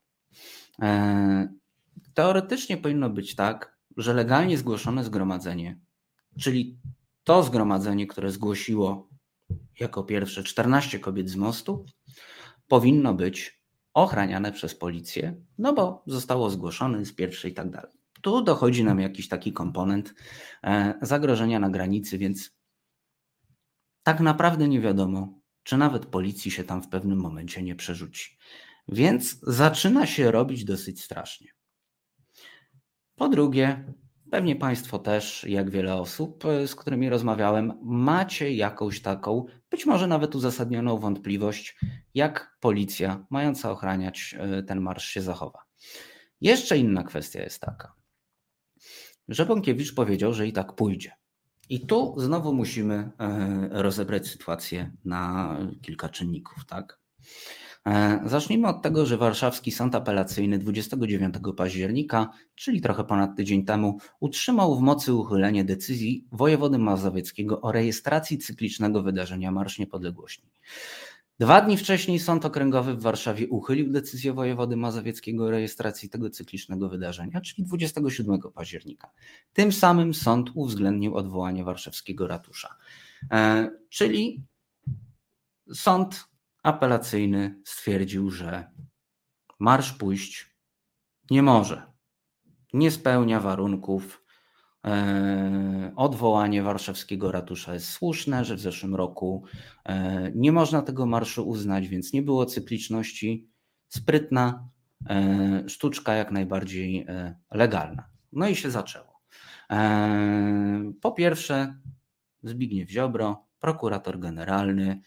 Teoretycznie powinno być tak, że legalnie zgłoszone zgromadzenie, czyli to zgromadzenie, które zgłosiło jako pierwsze czternaście kobiet z mostu, powinno być ochraniane przez policję, no bo zostało zgłoszone z pierwszej i tak dalej. Tu dochodzi nam jakiś taki komponent zagrożenia na granicy, więc tak naprawdę nie wiadomo, czy nawet policji się tam w pewnym momencie nie przerzuci. Więc zaczyna się robić dosyć strasznie. Po drugie, pewnie Państwo też, jak wiele osób, z którymi rozmawiałem, macie jakąś taką, być może nawet uzasadnioną wątpliwość, jak policja mająca ochraniać ten marsz się zachowa. Jeszcze inna kwestia jest taka, że Bąkiewicz powiedział, że i tak pójdzie. I tu znowu musimy rozebrać sytuację na kilka czynników, tak? Zacznijmy od tego, że warszawski sąd apelacyjny dwudziestego dziewiątego października, czyli trochę ponad tydzień temu, utrzymał w mocy uchylenie decyzji wojewody mazowieckiego o rejestracji cyklicznego wydarzenia Marsz Niepodległości. Dwa dni wcześniej Sąd Okręgowy w Warszawie uchylił decyzję wojewody mazowieckiego o rejestracji tego cyklicznego wydarzenia, czyli dwudziestego siódmego października. Tym samym sąd uwzględnił odwołanie warszawskiego ratusza. E, czyli sąd apelacyjny stwierdził, że marsz pójść nie może, nie spełnia warunków. Odwołanie warszawskiego ratusza jest słuszne, że w zeszłym roku nie można tego marszu uznać, więc nie było cykliczności. Sprytna sztuczka, jak najbardziej legalna. No i się zaczęło. Po pierwsze, Zbigniew Ziobro, prokurator generalny,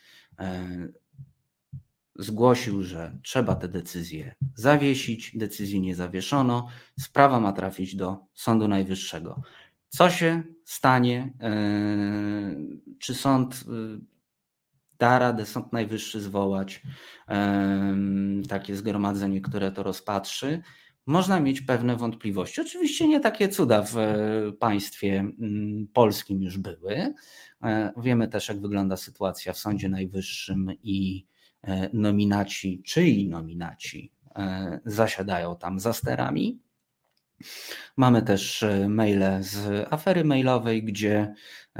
zgłosił, że trzeba te decyzje zawiesić. Decyzji nie zawieszono. Sprawa ma trafić do Sądu Najwyższego. Co się stanie? Czy sąd da radę, Sąd Najwyższy zwołać takie zgromadzenie, które to rozpatrzy? Można mieć pewne wątpliwości. Oczywiście nie takie cuda w państwie polskim już były. Wiemy też, jak wygląda sytuacja w Sądzie Najwyższym i nominaci, czyi nominaci zasiadają tam za sterami. Mamy też maile z afery mailowej, gdzie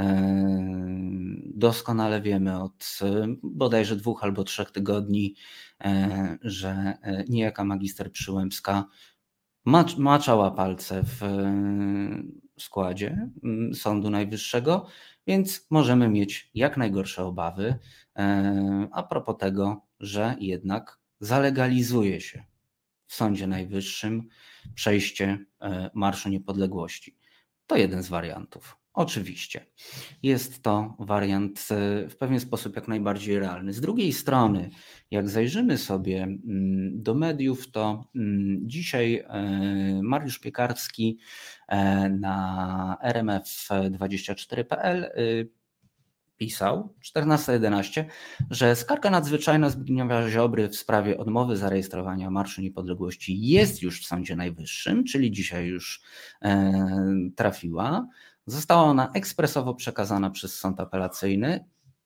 doskonale wiemy od bodajże dwóch albo trzech tygodni, że niejaka magister Przyłębska maczała palce w składzie Sądu Najwyższego, więc możemy mieć jak najgorsze obawy a propos tego, że jednak zalegalizuje się w Sądzie Najwyższym przejście Marszu Niepodległości. To jeden z wariantów. Oczywiście jest to wariant w pewien sposób jak najbardziej realny. Z drugiej strony, jak zajrzymy sobie do mediów, to dzisiaj Mariusz Piekarski na R M F dwadzieścia cztery kropka p l pisał czternastego jedenastego, że skarga nadzwyczajna Zbigniewa Ziobry w sprawie odmowy zarejestrowania Marszu Niepodległości jest już w Sądzie Najwyższym, czyli dzisiaj już trafiła. Została ona ekspresowo przekazana przez sąd apelacyjny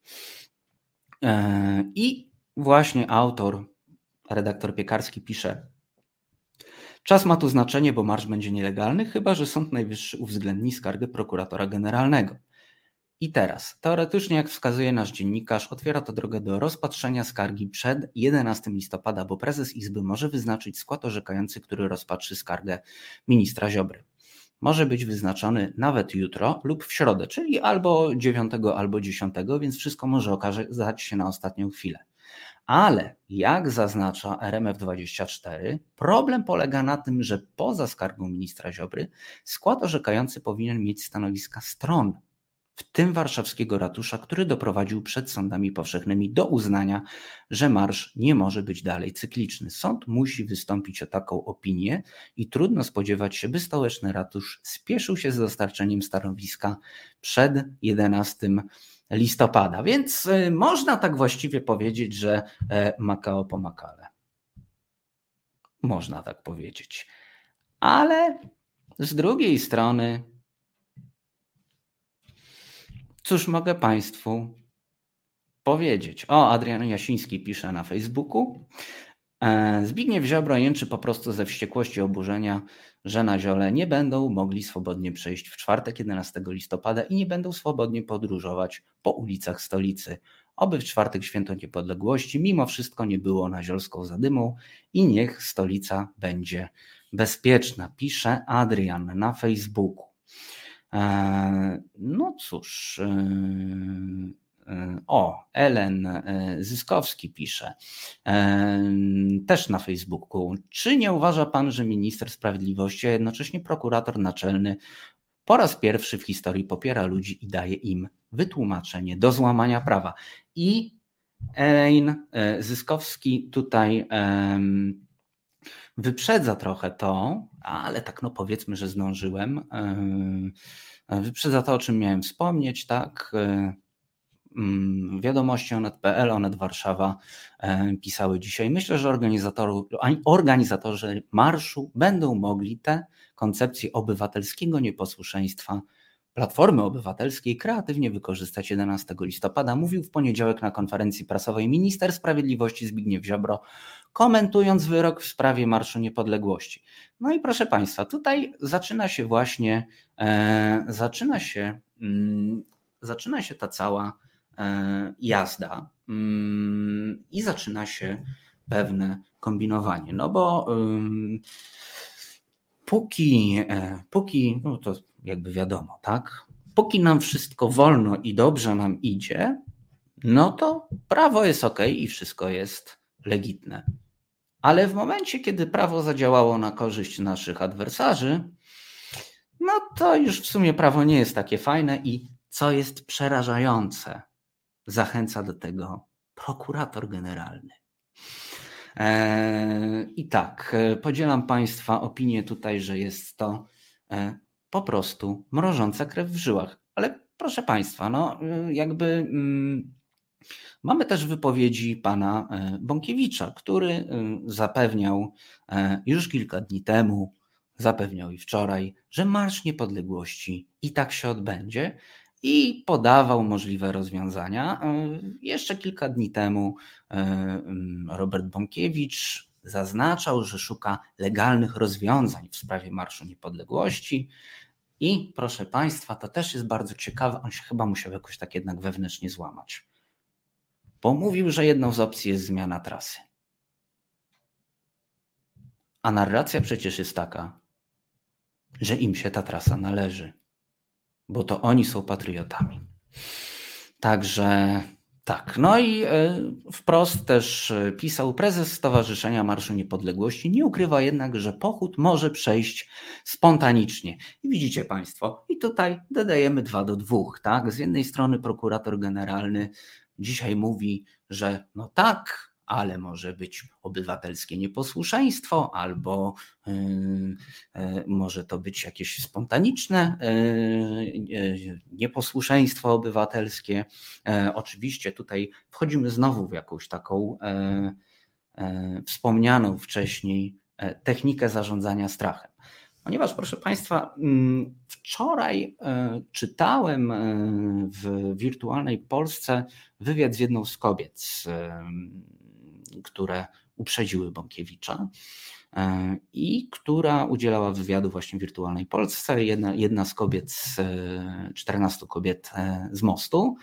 i właśnie autor, redaktor Piekarski pisze: czas ma tu znaczenie, bo marsz będzie nielegalny, chyba że Sąd Najwyższy uwzględni skargę prokuratora generalnego. I teraz, teoretycznie, jak wskazuje nasz dziennikarz, otwiera to drogę do rozpatrzenia skargi przed jedenastego listopada, bo prezes Izby może wyznaczyć skład orzekający, który rozpatrzy skargę ministra Ziobry. Może być wyznaczony nawet jutro lub w środę, czyli albo dziewiątego, albo dziesiątego, więc wszystko może okazać się na ostatnią chwilę. Ale jak zaznacza R M F dwadzieścia cztery, problem polega na tym, że poza skargą ministra Ziobry skład orzekający powinien mieć stanowiska stron, w tym warszawskiego ratusza, który doprowadził przed sądami powszechnymi do uznania, że marsz nie może być dalej cykliczny. Sąd musi wystąpić o taką opinię i trudno spodziewać się, by stołeczny ratusz spieszył się z dostarczeniem stanowiska przed jedenastego listopada. Więc można tak właściwie powiedzieć, że Makao po Makale. Można tak powiedzieć. Ale z drugiej strony, cóż mogę Państwu powiedzieć? O, Adrian Jasiński pisze na Facebooku. Zbigniew Ziobro jęczy po prostu ze wściekłości i oburzenia, że na Ziole nie będą mogli swobodnie przejść w czwartek jedenastego listopada i nie będą swobodnie podróżować po ulicach stolicy. Oby w czwartek święto niepodległości mimo wszystko nie było na ziolską zadymą i niech stolica będzie bezpieczna, pisze Adrian na Facebooku. No cóż, o, Ellen Zyskowski pisze też na Facebooku. Czy nie uważa pan, że minister sprawiedliwości, a jednocześnie prokurator naczelny po raz pierwszy w historii popiera ludzi i daje im wytłumaczenie do złamania prawa? I Ellen Zyskowski tutaj wyprzedza trochę to, ale tak no powiedzmy, że zdążyłem. Wyprzedza to, o czym miałem wspomnieć, tak. Wiadomości Onet kropka pe el, Onet Warszawa pisały dzisiaj. Myślę, że organizatorzy marszu będą mogli te koncepcje obywatelskiego nieposłuszeństwa Platformy Obywatelskiej kreatywnie wykorzystać jedenastego listopada, mówił w poniedziałek na konferencji prasowej minister sprawiedliwości Zbigniew Ziobro, komentując wyrok w sprawie Marszu Niepodległości. No i proszę Państwa, tutaj zaczyna się właśnie, e, zaczyna się, mm, zaczyna się ta cała e, jazda mm, i zaczyna się pewne kombinowanie, no bo ym, póki, e, póki, no to jakby wiadomo, tak? Póki nam wszystko wolno i dobrze nam idzie, no to prawo jest ok i wszystko jest legitne. Ale w momencie, kiedy prawo zadziałało na korzyść naszych adwersarzy, no to już w sumie prawo nie jest takie fajne i co jest przerażające, zachęca do tego prokurator generalny. I tak, podzielam Państwa opinię tutaj, że jest to po prostu mrożąca krew w żyłach. Ale proszę Państwa, no jakby mm, mamy też wypowiedzi pana Bąkiewicza, który zapewniał już kilka dni temu, zapewniał i wczoraj, że Marsz Niepodległości i tak się odbędzie i podawał możliwe rozwiązania. Jeszcze kilka dni temu Robert Bąkiewicz zaznaczał, że szuka legalnych rozwiązań w sprawie Marszu Niepodległości i proszę Państwa, to też jest bardzo ciekawe, on się chyba musiał jakoś tak jednak wewnętrznie złamać, bo mówił, że jedną z opcji jest zmiana trasy. A narracja przecież jest taka, że im się ta trasa należy, bo to oni są patriotami. Także tak, no i wprost też pisał prezes Stowarzyszenia Marszu Niepodległości, nie ukrywa jednak, że pochód może przejść spontanicznie. I widzicie Państwo, i tutaj dodajemy dwa do dwóch, tak? Z jednej strony prokurator generalny dzisiaj mówi, że no tak, ale może być obywatelskie nieposłuszeństwo, albo yy, yy, może to być jakieś spontaniczne yy, yy, nieposłuszeństwo obywatelskie. Yy, oczywiście tutaj wchodzimy znowu w jakąś taką yy, yy, wspomnianą wcześniej yy, technikę zarządzania strachem. Ponieważ, proszę Państwa, yy, wczoraj yy, czytałem yy, w Wirtualnej Polsce wywiad z jedną z kobiet, yy, które uprzedziły Bąkiewicza. i która udzielała wywiadu właśnie w Wirtualnej Polsce. Jedna, jedna z kobiet, z czternastu kobiet z Mostu.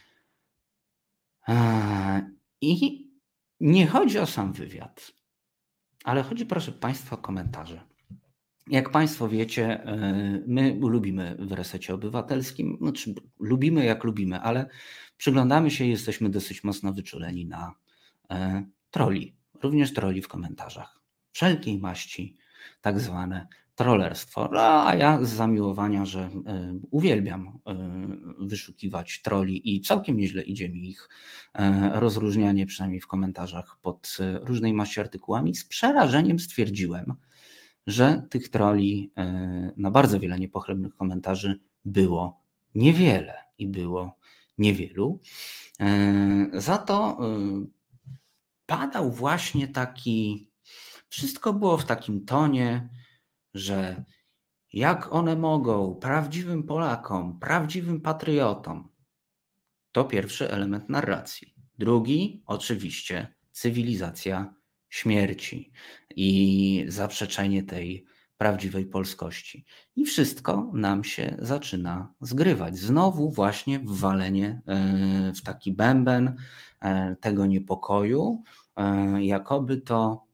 I nie chodzi o sam wywiad, ale chodzi, proszę Państwa, o komentarze. Jak Państwo wiecie, my lubimy w Resecie Obywatelskim, znaczy lubimy jak lubimy, ale przyglądamy się i jesteśmy dosyć mocno wyczuleni na troli, również troli w komentarzach. Wszelkiej maści, tak zwane trollerstwo. A ja z zamiłowania, że uwielbiam wyszukiwać troli i całkiem nieźle idzie mi ich rozróżnianie, przynajmniej w komentarzach pod różnej maści artykułami. Z przerażeniem stwierdziłem, że tych troli na bardzo wiele niepochlebnych komentarzy było niewiele i było niewielu. Za to padał właśnie taki, wszystko było w takim tonie, że jak one mogą prawdziwym Polakom, prawdziwym patriotom. To pierwszy element narracji. Drugi, oczywiście, cywilizacja śmierci i zaprzeczenie tej prawdziwej polskości. I wszystko nam się zaczyna zgrywać. Znowu właśnie wwalenie w taki bęben tego niepokoju, jakoby to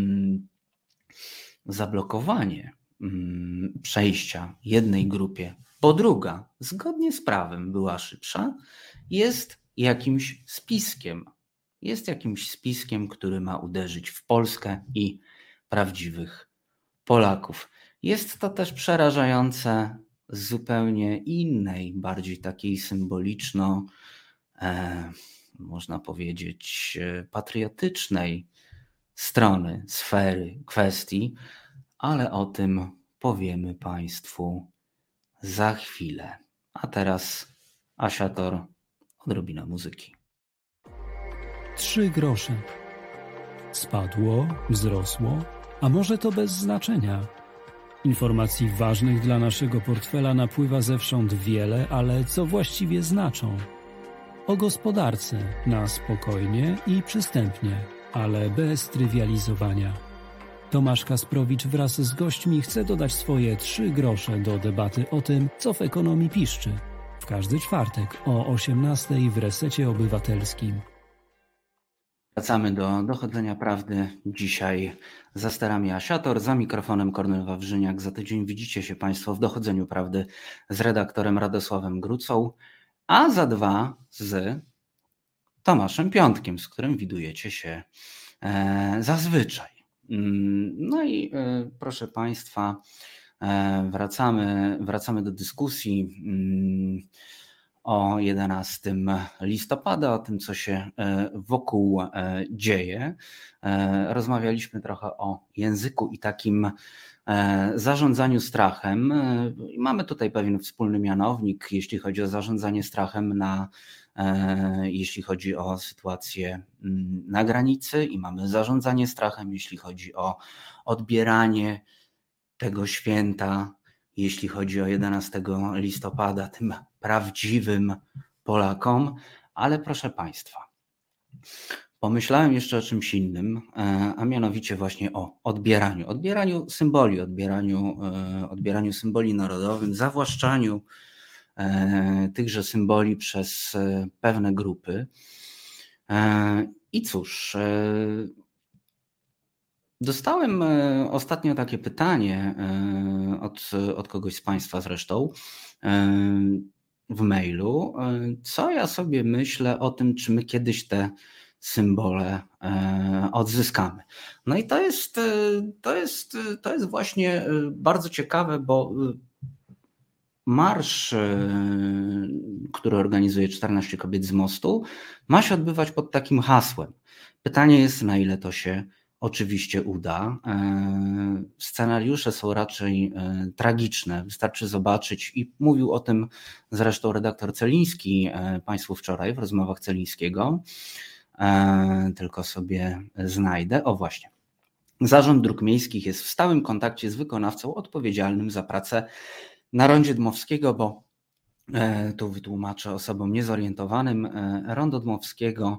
zablokowanie przejścia jednej grupie po druga, zgodnie z prawem była szybsza, jest jakimś spiskiem. Jest jakimś spiskiem, który ma uderzyć w Polskę i prawdziwych Polaków. Jest to też przerażające z zupełnie innej, bardziej takiej symboliczno, e, można powiedzieć, patriotycznej strony, sfery, kwestii, ale o tym powiemy Państwu za chwilę. A teraz Asiator, odrobina muzyki. Trzy grosze. Spadło, wzrosło, a może to bez znaczenia. Informacji ważnych dla naszego portfela napływa zewsząd wiele, ale co właściwie znaczą? O gospodarce na spokojnie i przystępnie, ale bez trywializowania. Tomasz Kasprowicz wraz z gośćmi chce dodać swoje trzy grosze do debaty o tym, co w ekonomii piszczy. W każdy czwartek o osiemnastej w Resecie Obywatelskim. Wracamy do dochodzenia prawdy. Dzisiaj za sterami Asiator, za mikrofonem Kornel Wawrzyniak. Za tydzień widzicie się Państwo w Dochodzeniu Prawdy z redaktorem Radosławem Grucą, a za dwa z Tomaszem Piątkiem, z którym widujecie się e, zazwyczaj. No i e, proszę Państwa, e, wracamy, wracamy do dyskusji o jedenastego listopada, o tym, co się wokół dzieje. Rozmawialiśmy trochę o języku i takim zarządzaniu strachem. Mamy tutaj pewien wspólny mianownik, jeśli chodzi o zarządzanie strachem, na, jeśli chodzi o sytuację na granicy, i mamy zarządzanie strachem, jeśli chodzi o odbieranie tego święta, jeśli chodzi o jedenastego listopada, tym prawdziwym Polakom. Ale proszę Państwa, pomyślałem jeszcze o czymś innym, a mianowicie właśnie o odbieraniu. Odbieraniu symboli, odbieraniu, odbieraniu symboli narodowym, zawłaszczaniu tychże symboli przez pewne grupy. I cóż, dostałem ostatnio takie pytanie od, od kogoś z Państwa zresztą w mailu, co ja sobie myślę o tym, czy my kiedyś te symbole odzyskamy. No i to jest, to jest, to jest właśnie bardzo ciekawe, bo marsz, który organizuje czternaście kobiet z Mostu, ma się odbywać pod takim hasłem. Pytanie jest, na ile to się oczywiście uda. Scenariusze są raczej tragiczne. Wystarczy zobaczyć, i mówił o tym zresztą redaktor Celiński Państwu wczoraj w rozmowach Celińskiego. Tylko sobie znajdę. O właśnie. Zarząd Dróg Miejskich jest w stałym kontakcie z wykonawcą odpowiedzialnym za pracę na rondzie Dmowskiego, bo tu wytłumaczę osobom niezorientowanym. Rondo Dmowskiego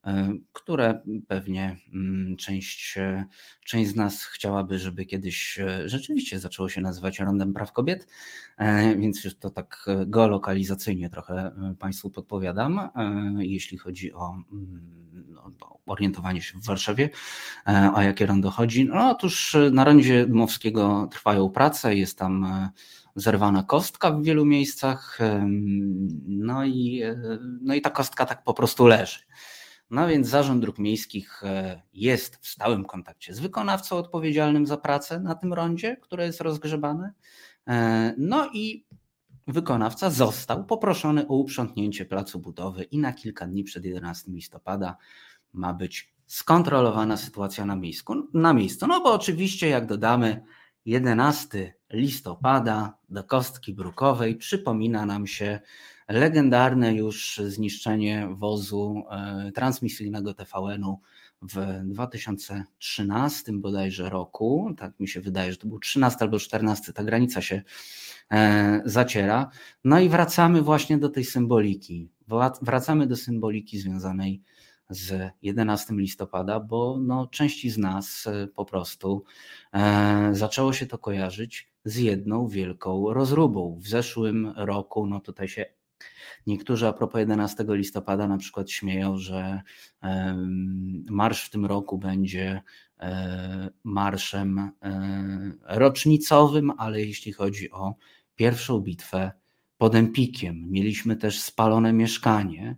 które pewnie część, część z nas chciałaby, żeby kiedyś rzeczywiście zaczęło się nazywać Rondem Praw Kobiet, więc już to tak geolokalizacyjnie trochę Państwu podpowiadam, jeśli chodzi o, o orientowanie się w Warszawie, o jakie rondo chodzi. No otóż na rondzie Dmowskiego trwają prace, jest tam zerwana kostka w wielu miejscach, no i, no i ta kostka tak po prostu leży. No więc Zarząd Dróg Miejskich jest w stałym kontakcie z wykonawcą odpowiedzialnym za pracę na tym rondzie, które jest rozgrzebane. No i wykonawca został poproszony o uprzątnięcie placu budowy i na kilka dni przed jedenastego listopada ma być skontrolowana sytuacja na miejscu. Na miejscu. No bo oczywiście jak dodamy jedenastego listopada do kostki brukowej przypomina nam się legendarne już zniszczenie wozu transmisyjnego T V N-u w dwa tysiące trzynastym bodajże roku. Tak mi się wydaje, że to był trzynasty albo czternasty, ta granica się zaciera. No i wracamy właśnie do tej symboliki. Wracamy do symboliki związanej z jedenastego listopada, bo no, części z nas po prostu e, zaczęło się to kojarzyć z jedną wielką rozróbą. W zeszłym roku, no tutaj się niektórzy a propos jedenastego listopada na przykład śmieją, że e, marsz w tym roku będzie e, marszem e, rocznicowym, ale jeśli chodzi o pierwszą bitwę pod Empikiem, mieliśmy też spalone mieszkanie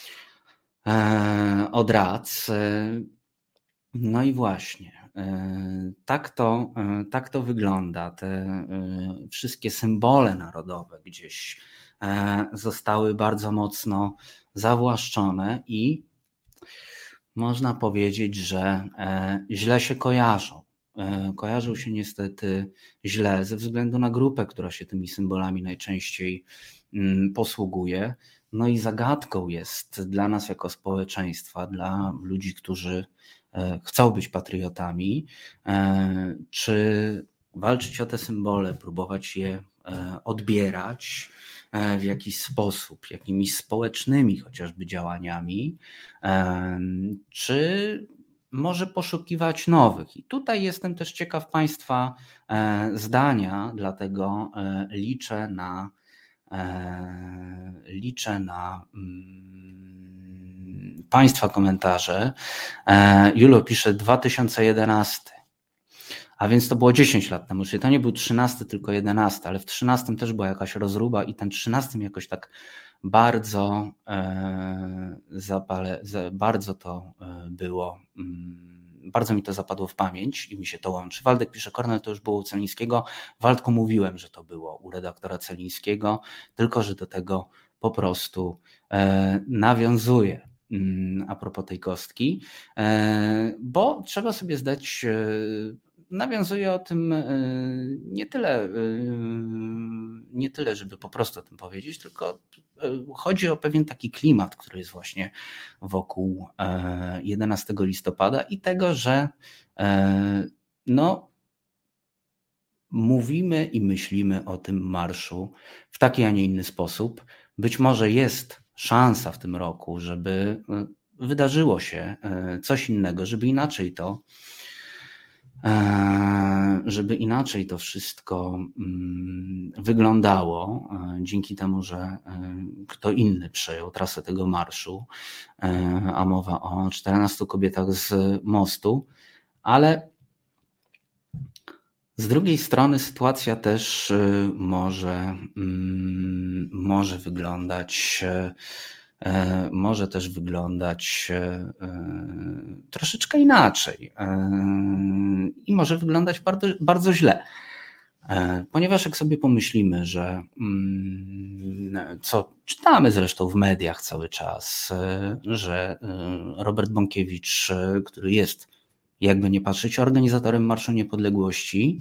od Rac. No i właśnie, tak to, tak to wygląda. Te wszystkie symbole narodowe gdzieś zostały bardzo mocno zawłaszczone i można powiedzieć, że źle się kojarzą. Kojarzą się niestety źle ze względu na grupę, która się tymi symbolami najczęściej posługuje. No i zagadką jest dla nas jako społeczeństwa, dla ludzi, którzy chcą być patriotami, czy walczyć o te symbole, próbować je odbierać w jakiś sposób, jakimiś społecznymi chociażby działaniami, czy może poszukiwać nowych. I tutaj jestem też ciekaw Państwa zdania, dlatego liczę na Liczę na Państwa komentarze. Julo pisze dwa tysiące jedenasty, a więc to było dziesięć lat temu, czyli to nie był trzynasty, tylko jedenasty, ale w trzynastym też była jakaś rozruba i ten trzynastym jakoś tak bardzo zapale, bardzo to było, bardzo mi to zapadło w pamięć i mi się to łączy. Waldek pisze, Kornel, to już było u Celińskiego. Waldku, mówiłem, że to było u redaktora Celińskiego, tylko że do tego po prostu e, nawiązuje a propos tej kostki, e, bo trzeba sobie zdać, e, nawiązuje o tym e, nie tyle, e, nie tyle, żeby po prostu o tym powiedzieć, tylko chodzi o pewien taki klimat, który jest właśnie wokół jedenastego listopada i tego, że no, mówimy i myślimy o tym marszu w taki, a nie inny sposób. Być może jest szansa w tym roku, żeby wydarzyło się coś innego, żeby inaczej to żeby inaczej to wszystko wyglądało, dzięki temu, że kto inny przejął trasę tego marszu, a mowa o czternastu kobietach z mostu, ale z drugiej strony sytuacja też może, może wyglądać może też wyglądać troszeczkę inaczej i może wyglądać bardzo, bardzo źle. Ponieważ jak sobie pomyślimy, że co czytamy zresztą w mediach cały czas, że Robert Bąkiewicz, który jest jakby nie patrzeć organizatorem Marszu Niepodległości,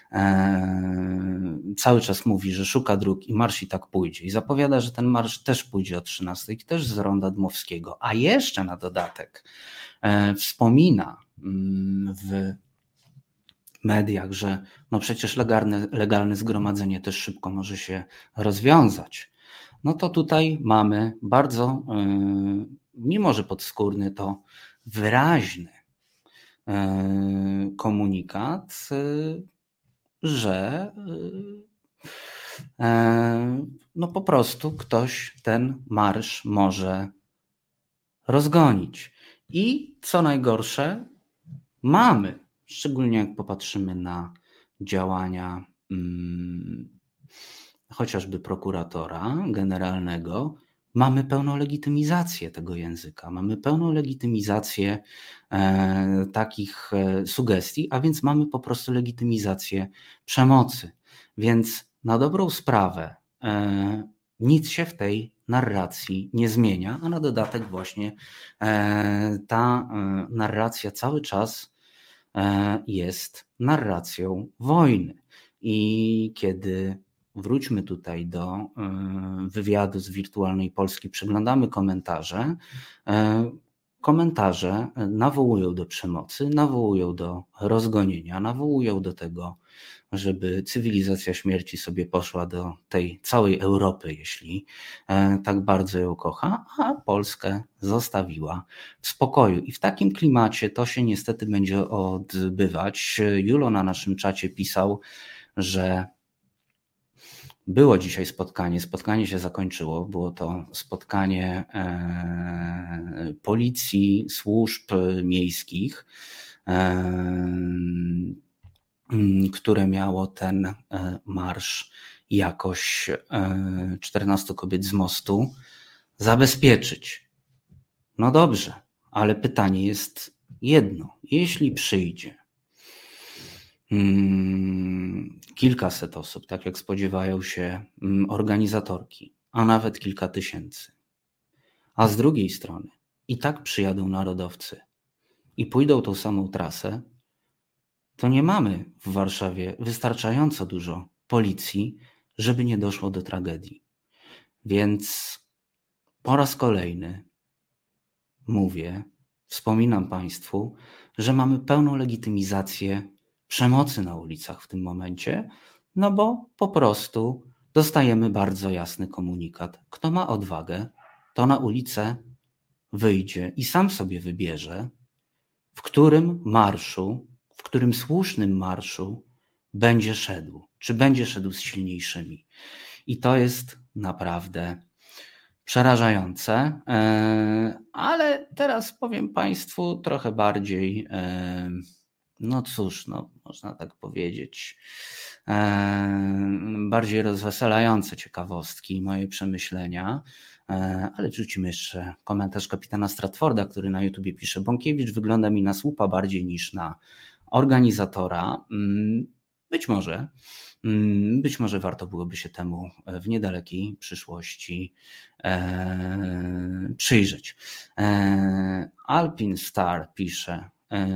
cały czas mówi, że szuka dróg i marsz i tak pójdzie i zapowiada, że ten marsz też pójdzie o trzynastej i też z ronda Dmowskiego, a jeszcze na dodatek wspomina w mediach, że no przecież legalne, legalne zgromadzenie też szybko może się rozwiązać, no to tutaj mamy bardzo mimo że podskórny, to wyraźny komunikat, że no po prostu ktoś ten marsz może rozgonić. I co najgorsze, mamy, szczególnie jak popatrzymy na działania hmm, chociażby prokuratora generalnego, mamy pełną legitymizację tego języka, mamy pełną legitymizację e, takich e, sugestii, a więc mamy po prostu legitymizację przemocy. Więc na dobrą sprawę e, nic się w tej narracji nie zmienia, a na dodatek właśnie e, ta e, narracja cały czas e, jest narracją wojny. I kiedy wróćmy tutaj do wywiadu z Wirtualnej Polski, przeglądamy komentarze. Komentarze nawołują do przemocy, nawołują do rozgonienia, nawołują do tego, żeby cywilizacja śmierci sobie poszła do tej całej Europy, jeśli tak bardzo ją kocha, a Polskę zostawiła w spokoju. I w takim klimacie to się niestety będzie odbywać. Julo na naszym czacie pisał, że było dzisiaj spotkanie, spotkanie się zakończyło, było to spotkanie e, policji, służb miejskich, e, które miało ten e, marsz jakoś e, czternastu kobiet z mostu zabezpieczyć. No dobrze, ale pytanie jest jedno. Jeśli przyjdzie kilkaset osób, tak jak spodziewają się organizatorki, a nawet kilka tysięcy, a z drugiej strony i tak przyjadą narodowcy i pójdą tą samą trasę, to nie mamy w Warszawie wystarczająco dużo policji, żeby nie doszło do tragedii. Więc po raz kolejny mówię, wspominam Państwu, że mamy pełną legitymizację przemocy na ulicach w tym momencie, no bo po prostu dostajemy bardzo jasny komunikat. Kto ma odwagę, to na ulicę wyjdzie i sam sobie wybierze, w którym marszu, w którym słusznym marszu będzie szedł, czy będzie szedł z silniejszymi. I to jest naprawdę przerażające, ale teraz powiem Państwu trochę bardziej, no cóż, no można tak powiedzieć, bardziej rozweselające ciekawostki, moje przemyślenia, ale wrzucimy jeszcze komentarz kapitana Stratforda, który na YouTubie pisze: Bąkiewicz wygląda mi na słupa bardziej niż na organizatora. Być może, być może warto byłoby się temu w niedalekiej przyszłości przyjrzeć. Alpin Star pisze: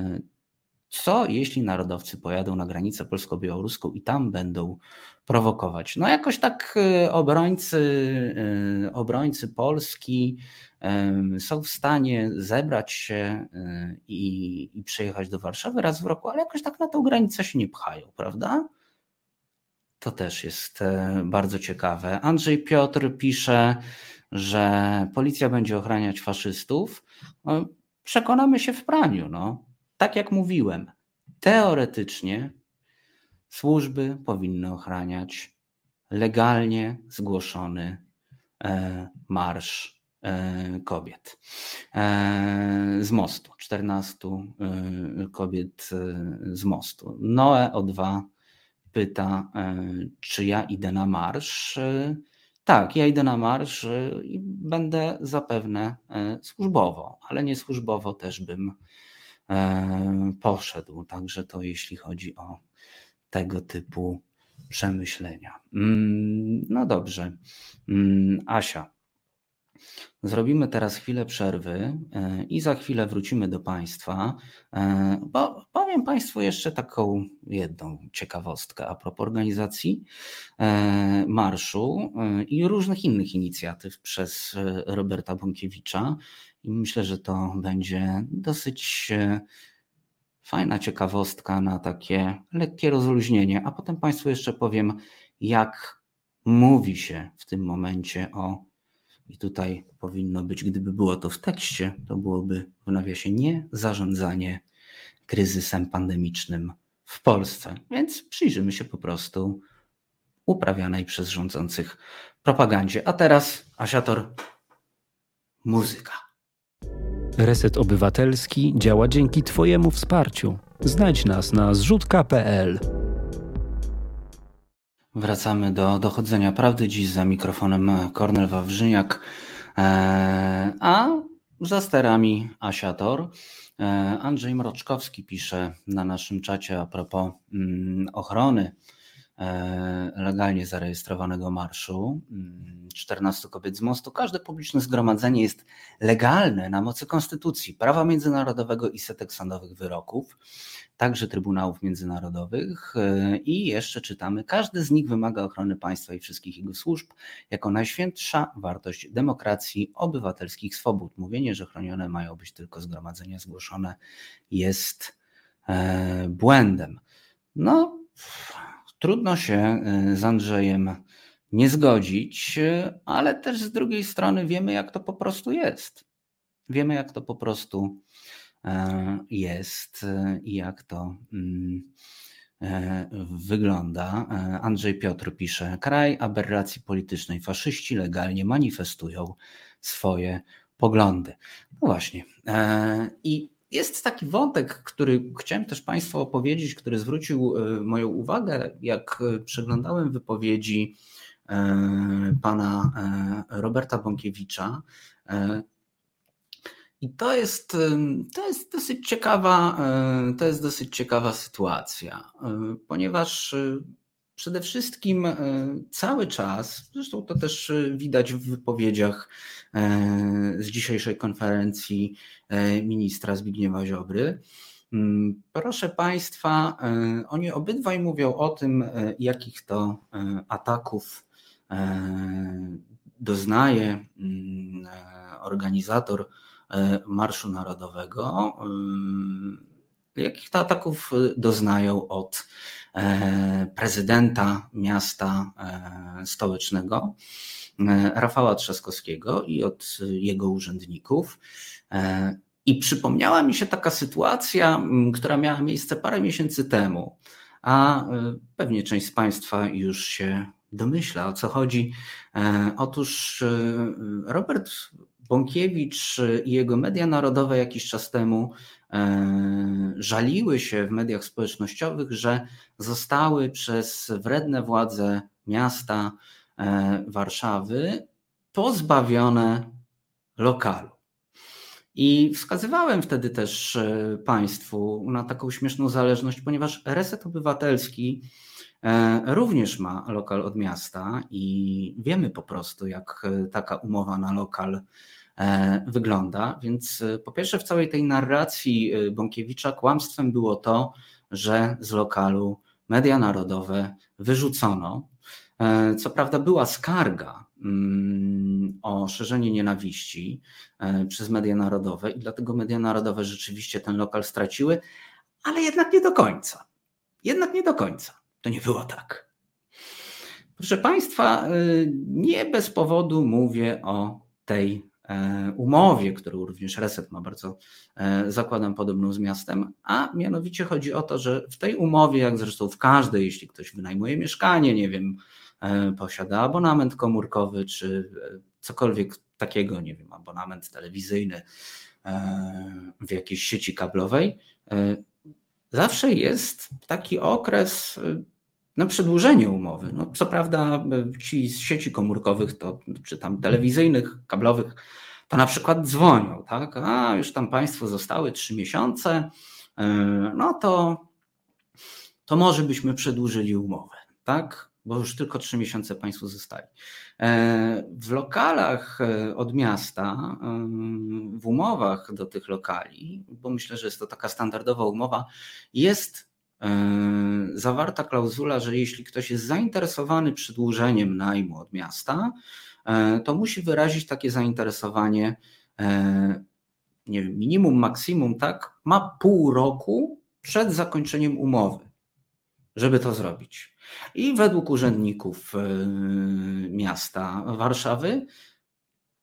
co jeśli narodowcy pojadą na granicę polsko-białoruską i tam będą prowokować? No jakoś tak obrońcy, obrońcy Polski są w stanie zebrać się i, i przyjechać do Warszawy raz w roku, ale jakoś tak na tą granicę się nie pchają, prawda? To też jest bardzo ciekawe. Andrzej Piotr pisze, że policja będzie ochraniać faszystów. No, przekonamy się w praniu, no. Tak jak mówiłem, teoretycznie służby powinny ochraniać legalnie zgłoszony marsz kobiet z mostu, czternastu kobiet z mostu. Noe O dwa pyta, czy ja idę na marsz. Tak, ja idę na marsz i będę zapewne służbowo, ale nie służbowo też bym poszedł. Także to jeśli chodzi o tego typu przemyślenia. No dobrze. Asia, zrobimy teraz chwilę przerwy i za chwilę wrócimy do Państwa, bo powiem Państwu jeszcze taką jedną ciekawostkę a propos organizacji marszu i różnych innych inicjatyw przez Roberta Bąkiewicza. I myślę, że to będzie dosyć fajna ciekawostka na takie lekkie rozluźnienie, a potem Państwu jeszcze powiem, jak mówi się w tym momencie o I tutaj powinno być, gdyby było to w tekście, to byłoby w nawiasie nie zarządzanie kryzysem pandemicznym w Polsce. Więc przyjrzymy się po prostu uprawianej przez rządzących propagandzie. A teraz, Asiator, muzyka. Reset Obywatelski działa dzięki Twojemu wsparciu. Znajdź nas na zrzutka kropka pe el. Wracamy do dochodzenia prawdy. Dziś za mikrofonem Kornel Wawrzyniak, a za sterami Asiator. Andrzej Mroczkowski pisze na naszym czacie a propos ochrony legalnie zarejestrowanego marszu czternastu kobiet z mostu. Każde publiczne zgromadzenie jest legalne na mocy konstytucji, prawa międzynarodowego i setek sądowych wyroków, także trybunałów międzynarodowych i jeszcze czytamy, każdy z nich wymaga ochrony państwa i wszystkich jego służb jako najświętsza wartość demokracji, obywatelskich swobód. Mówienie, że chronione mają być tylko zgromadzenia zgłoszone jest błędem. No, trudno się z Andrzejem nie zgodzić, ale też z drugiej strony wiemy, jak to po prostu jest. Wiemy, jak to po prostu jest i jak to wygląda. Andrzej Piotr pisze, kraj aberracji politycznej, faszyści legalnie manifestują swoje poglądy. No właśnie. I jest taki wątek, który chciałem też Państwu opowiedzieć, który zwrócił moją uwagę, jak przeglądałem wypowiedzi pana Roberta Bąkiewicza. I to jest, to jest dosyć ciekawa, to jest dosyć ciekawa sytuacja, ponieważ przede wszystkim cały czas, zresztą to też widać w wypowiedziach z dzisiejszej konferencji ministra Zbigniewa Ziobry. Proszę Państwa, oni obydwaj mówią o tym, jakich to ataków doznaje organizator Marszu Narodowego, jakich to ataków doznają od prezydenta miasta stołecznego Rafała Trzaskowskiego i od jego urzędników. I przypomniała mi się taka sytuacja, która miała miejsce parę miesięcy temu, a pewnie część z Państwa już się domyśla, o co chodzi. Otóż Robert Bąkiewicz i jego media narodowe jakiś czas temu żaliły się w mediach społecznościowych, że zostały przez wredne władze miasta Warszawy pozbawione lokalu. I wskazywałem wtedy też Państwu na taką śmieszną zależność, ponieważ Reset Obywatelski również ma lokal od miasta i wiemy po prostu, jak taka umowa na lokal wygląda. Więc po pierwsze, w całej tej narracji Bąkiewicza kłamstwem było to, że z lokalu media narodowe wyrzucono. Co prawda była skarga o szerzenie nienawiści przez media narodowe i dlatego media narodowe rzeczywiście ten lokal straciły, ale jednak nie do końca. Jednak nie do końca. To nie było tak. Proszę Państwa, nie bez powodu mówię o tej umowie, którą również Reset ma bardzo, zakładam, podobną z miastem, a mianowicie chodzi o to, że w tej umowie, jak zresztą w każdej, jeśli ktoś wynajmuje mieszkanie, nie wiem, posiada abonament komórkowy czy cokolwiek takiego, nie wiem, abonament telewizyjny w jakiejś sieci kablowej, zawsze jest taki okres na przedłużenie umowy. No, co prawda ci z sieci komórkowych, to, czy tam telewizyjnych, kablowych, to na przykład dzwonią, tak? A już tam Państwu zostały trzy miesiące, no to, to może byśmy przedłużyli umowę, tak? Bo już tylko trzy miesiące Państwu zostali. W lokalach od miasta, w umowach do tych lokali, bo myślę, że jest to taka standardowa umowa, jest zawarta klauzula, że jeśli ktoś jest zainteresowany przedłużeniem najmu od miasta, to musi wyrazić takie zainteresowanie, nie wiem, minimum, maksimum, tak, ma pół roku przed zakończeniem umowy, żeby to zrobić. I według urzędników miasta Warszawy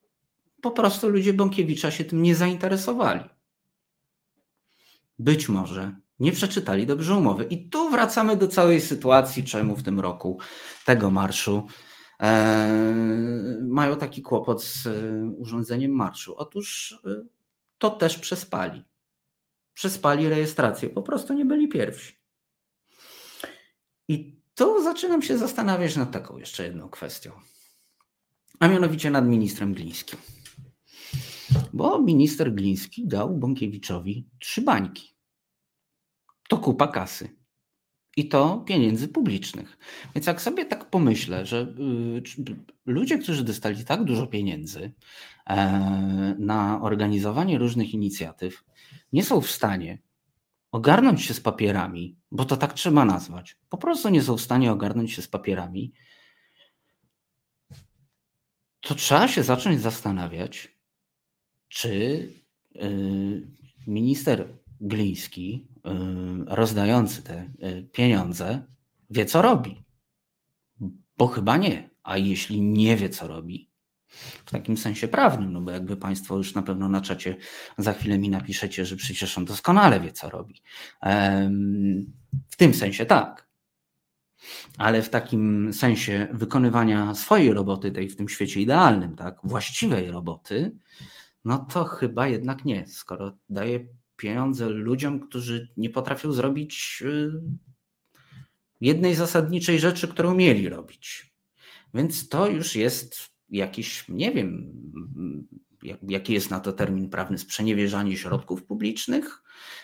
po prostu ludzie Bąkiewicza się tym nie zainteresowali. Być może nie przeczytali dobrze umowy. I tu wracamy do całej sytuacji, czemu w tym roku tego marszu e, mają taki kłopot z urządzeniem marszu. Otóż e, to też przespali. Przespali rejestrację, po prostu nie byli pierwsi. I tu zaczynam się zastanawiać nad taką jeszcze jedną kwestią, a mianowicie nad ministrem Glińskim. Bo minister Gliński dał Bąkiewiczowi trzy bańki. To kupa kasy. I to pieniędzy publicznych. Więc jak sobie tak pomyślę, że y, ludzie, którzy dostali tak dużo pieniędzy e, na organizowanie różnych inicjatyw, nie są w stanie ogarnąć się z papierami, bo to tak trzeba nazwać. Po prostu nie są w stanie ogarnąć się z papierami, to trzeba się zacząć zastanawiać, czy y, minister Gliński, y, rozdający te y, pieniądze, wie, co robi. Bo chyba nie. A jeśli nie wie, co robi, w takim sensie prawnym, no bo jakby Państwo już na pewno na czacie za chwilę mi napiszecie, że przecież on doskonale wie, co robi. Ehm, w tym sensie tak. Ale w takim sensie wykonywania swojej roboty, tej w tym świecie idealnym, tak, właściwej roboty, no to chyba jednak nie, skoro daje pieniądze ludziom, którzy nie potrafią zrobić jednej zasadniczej rzeczy, którą mieli robić. Więc to już jest jakiś, nie wiem, jaki jest na to termin prawny, sprzeniewierzanie środków publicznych.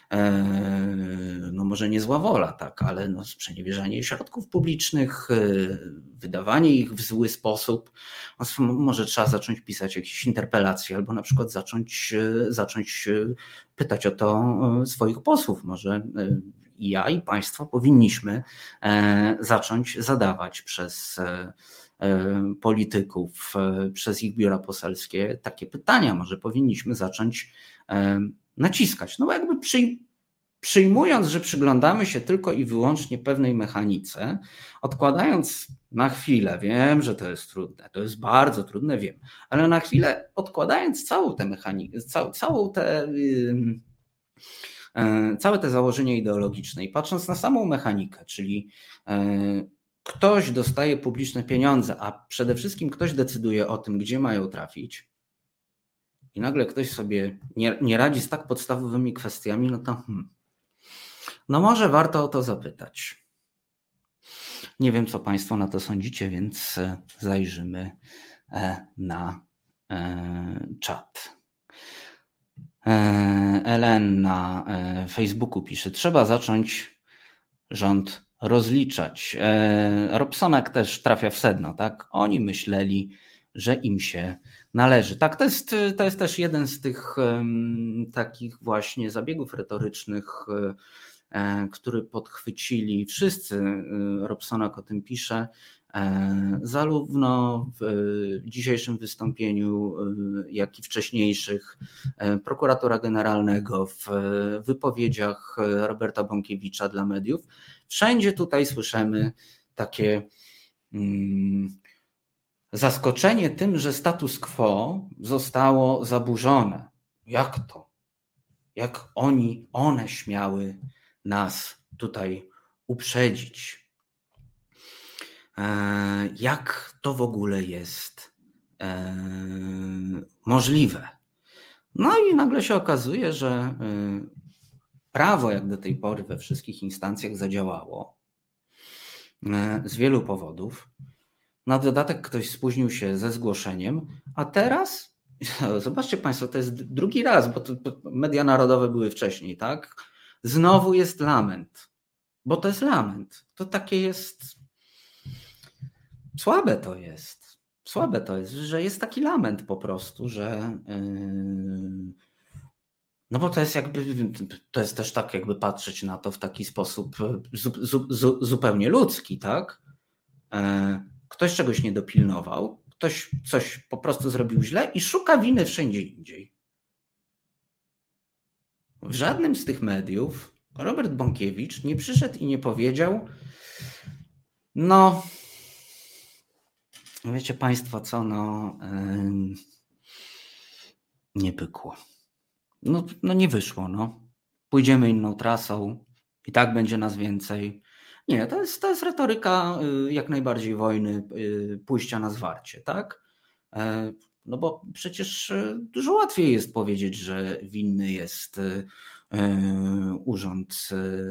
No może nie zła wola, tak, ale no sprzeniewierzanie środków publicznych, wydawanie ich w zły sposób. Może trzeba zacząć pisać jakieś interpelacje albo na przykład zacząć, zacząć pytać o to swoich posłów. Może i ja, i Państwo powinniśmy zacząć zadawać przez polityków, przez ich biura poselskie takie pytania. Może powinniśmy zacząć naciskać. No bo jakby przy, przyjmując, że przyglądamy się tylko i wyłącznie pewnej mechanice, odkładając na chwilę, wiem, że to jest trudne, to jest bardzo trudne, wiem, ale na chwilę odkładając całą tę mechanikę, całą, całą tę yy, yy, całe te założenie ideologiczne i patrząc na samą mechanikę, czyli yy, ktoś dostaje publiczne pieniądze, a przede wszystkim ktoś decyduje o tym, gdzie mają trafić, i nagle ktoś sobie nie, nie radzi z tak podstawowymi kwestiami, no to hmm, no może warto o to zapytać. Nie wiem, co Państwo na to sądzicie, więc zajrzymy na czat. Ellen na Facebooku pisze, trzeba zacząć rząd rozliczać. Robsonak też trafia w sedno, tak? Oni myśleli, że im się należy. Tak, to jest, to jest też jeden z tych um, takich właśnie zabiegów retorycznych, e, który podchwycili wszyscy. Robsonak o tym pisze, e, zarówno w e, dzisiejszym wystąpieniu, e, jak i wcześniejszych e, prokuratora generalnego, w e, wypowiedziach Roberta Bąkiewicza dla mediów. Wszędzie tutaj słyszymy takie mm, zaskoczenie tym, że status quo zostało zaburzone. Jak to? Jak oni, one śmiały nas tutaj uprzedzić? Jak to w ogóle jest możliwe? No i nagle się okazuje, że prawo jak do tej pory we wszystkich instancjach zadziałało z wielu powodów. Na dodatek ktoś spóźnił się ze zgłoszeniem, a teraz, zobaczcie Państwo, to jest drugi raz, bo to, to media narodowe były wcześniej, tak? Znowu jest lament, bo to jest lament. To takie jest, słabe to jest, słabe to jest, że jest taki lament po prostu, że yy, no bo to jest jakby, to jest też tak jakby patrzeć na to w taki sposób zu, zu, zu, zupełnie ludzki, tak? Yy, Ktoś czegoś nie dopilnował, ktoś coś po prostu zrobił źle i szuka winy wszędzie indziej. W żadnym z tych mediów Robert Bąkiewicz nie przyszedł i nie powiedział, no wiecie Państwo co, no yy, nie pykło. No, no nie wyszło, no. Pójdziemy inną trasą i tak będzie nas więcej. Nie, to jest, to jest retoryka jak najbardziej wojny, pójścia na zwarcie, tak? No bo przecież dużo łatwiej jest powiedzieć, że winny jest urząd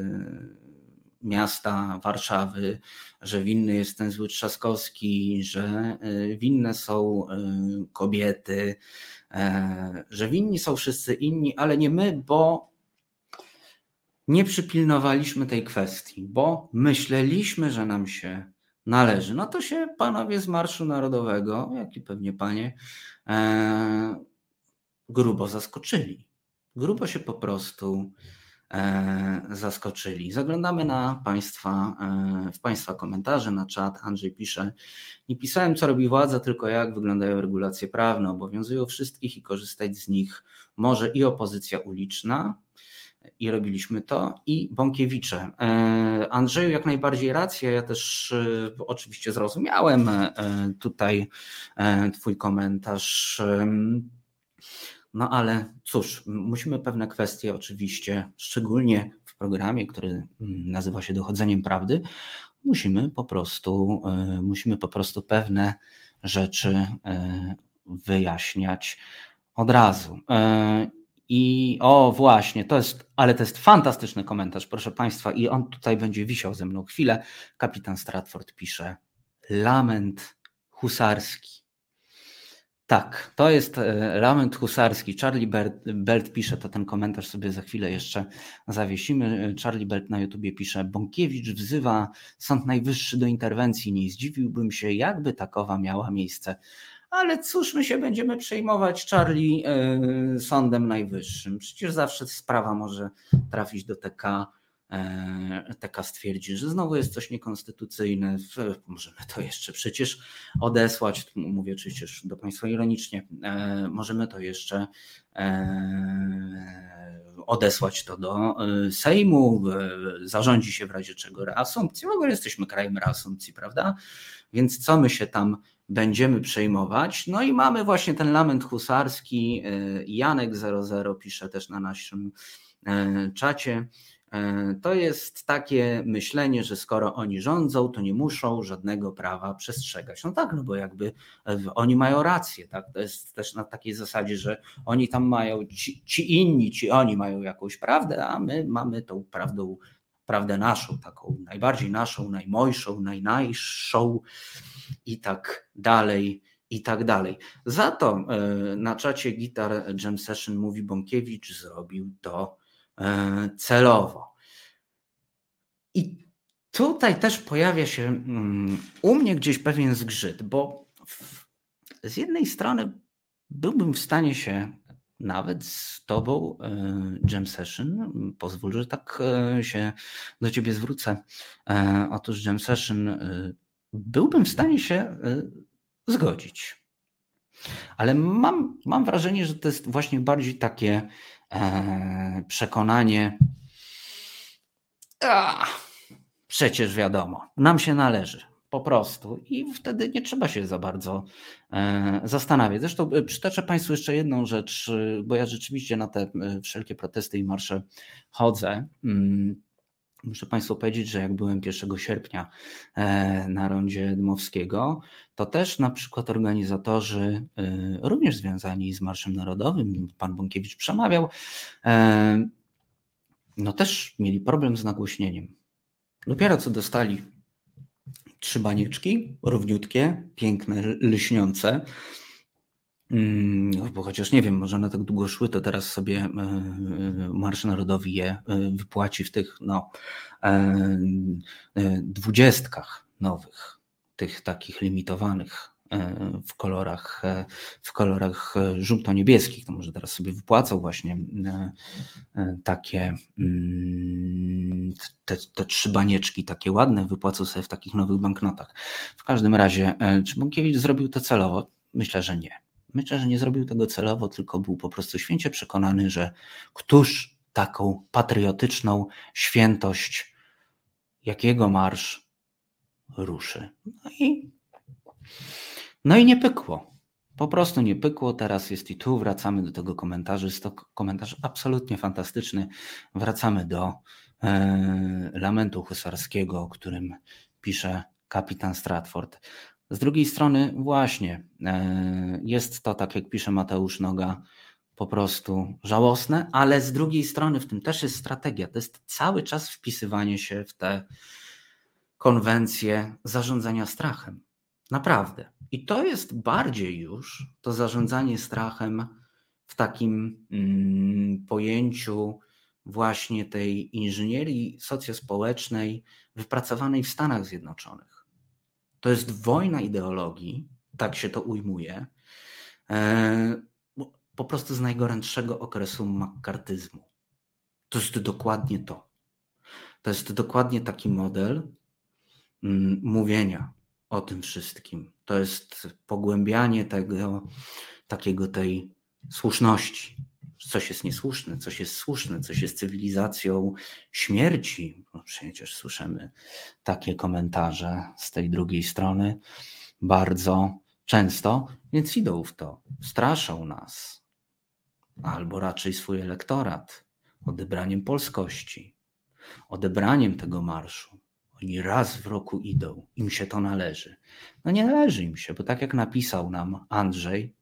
miasta Warszawy, że winny jest ten zły Trzaskowski, że winne są kobiety, że winni są wszyscy inni, ale nie my, bo nie przypilnowaliśmy tej kwestii, bo myśleliśmy, że nam się należy. No to się panowie z Marszu Narodowego, jak i pewnie panie, e, grubo zaskoczyli. Grubo się po prostu e, zaskoczyli. Zaglądamy na państwa, e, w państwa komentarze, na czat. Andrzej pisze: nie pisałem, co robi władza, tylko jak wyglądają regulacje prawne. Obowiązują wszystkich i korzystać z nich może i opozycja uliczna. I robiliśmy to, i Bąkiewicze. Andrzeju, jak najbardziej rację, ja też oczywiście zrozumiałem tutaj twój komentarz, no ale cóż, musimy pewne kwestie oczywiście, szczególnie w programie, który nazywa się Dochodzeniem Prawdy, musimy po prostu, musimy po prostu pewne rzeczy wyjaśniać od razu. I o właśnie, to jest, ale to jest fantastyczny komentarz, proszę Państwa, i on tutaj będzie wisiał ze mną chwilę. Kapitan Stratford pisze: lament husarski. Tak, to jest lament husarski. Charlie Bert, Belt pisze, to ten komentarz sobie za chwilę jeszcze zawiesimy. Charlie Belt na YouTubie pisze: Bąkiewicz wzywa Sąd Najwyższy do interwencji. Nie zdziwiłbym się, jakby takowa miała miejsce. Ale cóż my się będziemy przejmować, Charlie, yy, Sądem Najwyższym? Przecież zawsze sprawa może trafić do T K. Yy, T K stwierdzi, że znowu jest coś niekonstytucyjne. Możemy to jeszcze przecież odesłać, mówię oczywiście do Państwa ironicznie, yy, możemy to jeszcze yy, odesłać to do Sejmu, yy, zarządzi się w razie czego reasumpcji. W ogóle jesteśmy krajem reasumpcji, prawda? Więc co my się tam będziemy przejmować? No i mamy właśnie ten lament husarski. Janek zero zero pisze też na naszym czacie. To jest takie myślenie, że skoro oni rządzą, to nie muszą żadnego prawa przestrzegać. No tak, no bo jakby oni mają rację, tak? To jest też na takiej zasadzie, że oni tam mają, ci, ci inni, ci oni mają jakąś prawdę, a my mamy tą prawdą, prawdę naszą, taką najbardziej naszą, najmojszą, najnajższą i tak dalej, i tak dalej. Za to na czacie Guitar Jam Session mówi: Bąkiewicz zrobił to celowo. I tutaj też pojawia się u mnie gdzieś pewien zgrzyt, bo z jednej strony byłbym w stanie się nawet z tobą, Jam Session, pozwól, że tak się do ciebie zwrócę. Otóż Jam Session, byłbym w stanie się zgodzić. Ale mam, mam wrażenie, że to jest właśnie bardziej takie przekonanie, a, przecież wiadomo, nam się należy. Po prostu. I wtedy nie trzeba się za bardzo e, zastanawiać. Zresztą przytoczę Państwu jeszcze jedną rzecz, bo ja rzeczywiście na te wszelkie protesty i marsze chodzę. Mm, muszę Państwu powiedzieć, że jak byłem pierwszego sierpnia e, na rondzie Dmowskiego, to też na przykład organizatorzy e, również związani z Marszem Narodowym, pan Bąkiewicz przemawiał, e, no też mieli problem z nagłośnieniem. Dopiero co dostali trzy banieczki, równiutkie, piękne, lśniące. Bo chociaż nie wiem, może one tak długo szły, to teraz sobie Marsz Narodowy je wypłaci w tych no, dwudziestkach nowych, tych takich limitowanych w kolorach, w kolorach żółto-niebieskich. To może teraz sobie wypłacą właśnie takie te, te trzy banieczki takie ładne, wypłacą sobie w takich nowych banknotach. W każdym razie, czy Bąkiewicz zrobił to celowo? Myślę, że nie. Myślę, że nie zrobił tego celowo, tylko był po prostu święcie przekonany, że któż taką patriotyczną świętość, jak jego marsz, ruszy. No i, no i nie pykło. Po prostu nie pykło, teraz jest i tu, wracamy do tego komentarza, jest to komentarz absolutnie fantastyczny. Wracamy do e, lamentu husarskiego, o którym pisze kapitan Stratford. Z drugiej strony właśnie e, jest to, tak jak pisze Mateusz Noga, po prostu żałosne, ale z drugiej strony w tym też jest strategia. To jest cały czas wpisywanie się w te konwencje zarządzania strachem. Naprawdę. I to jest bardziej już to zarządzanie strachem w takim mm, pojęciu właśnie tej inżynierii socjospołecznej wypracowanej w Stanach Zjednoczonych. To jest wojna ideologii, tak się to ujmuje, e, po prostu z najgorętszego okresu makkartyzmu. To jest dokładnie to. To jest dokładnie taki model mm, mówienia o tym wszystkim. To jest pogłębianie tego, takiego tej słuszności. Coś jest niesłuszne, coś jest słuszne, coś jest cywilizacją śmierci. No przecież słyszymy takie komentarze z tej drugiej strony bardzo często, więc idą w to, straszą nas, albo raczej swój elektorat odebraniem polskości, odebraniem tego marszu. Oni raz w roku idą, im się to należy. No nie należy im się, bo tak jak napisał nam Andrzej,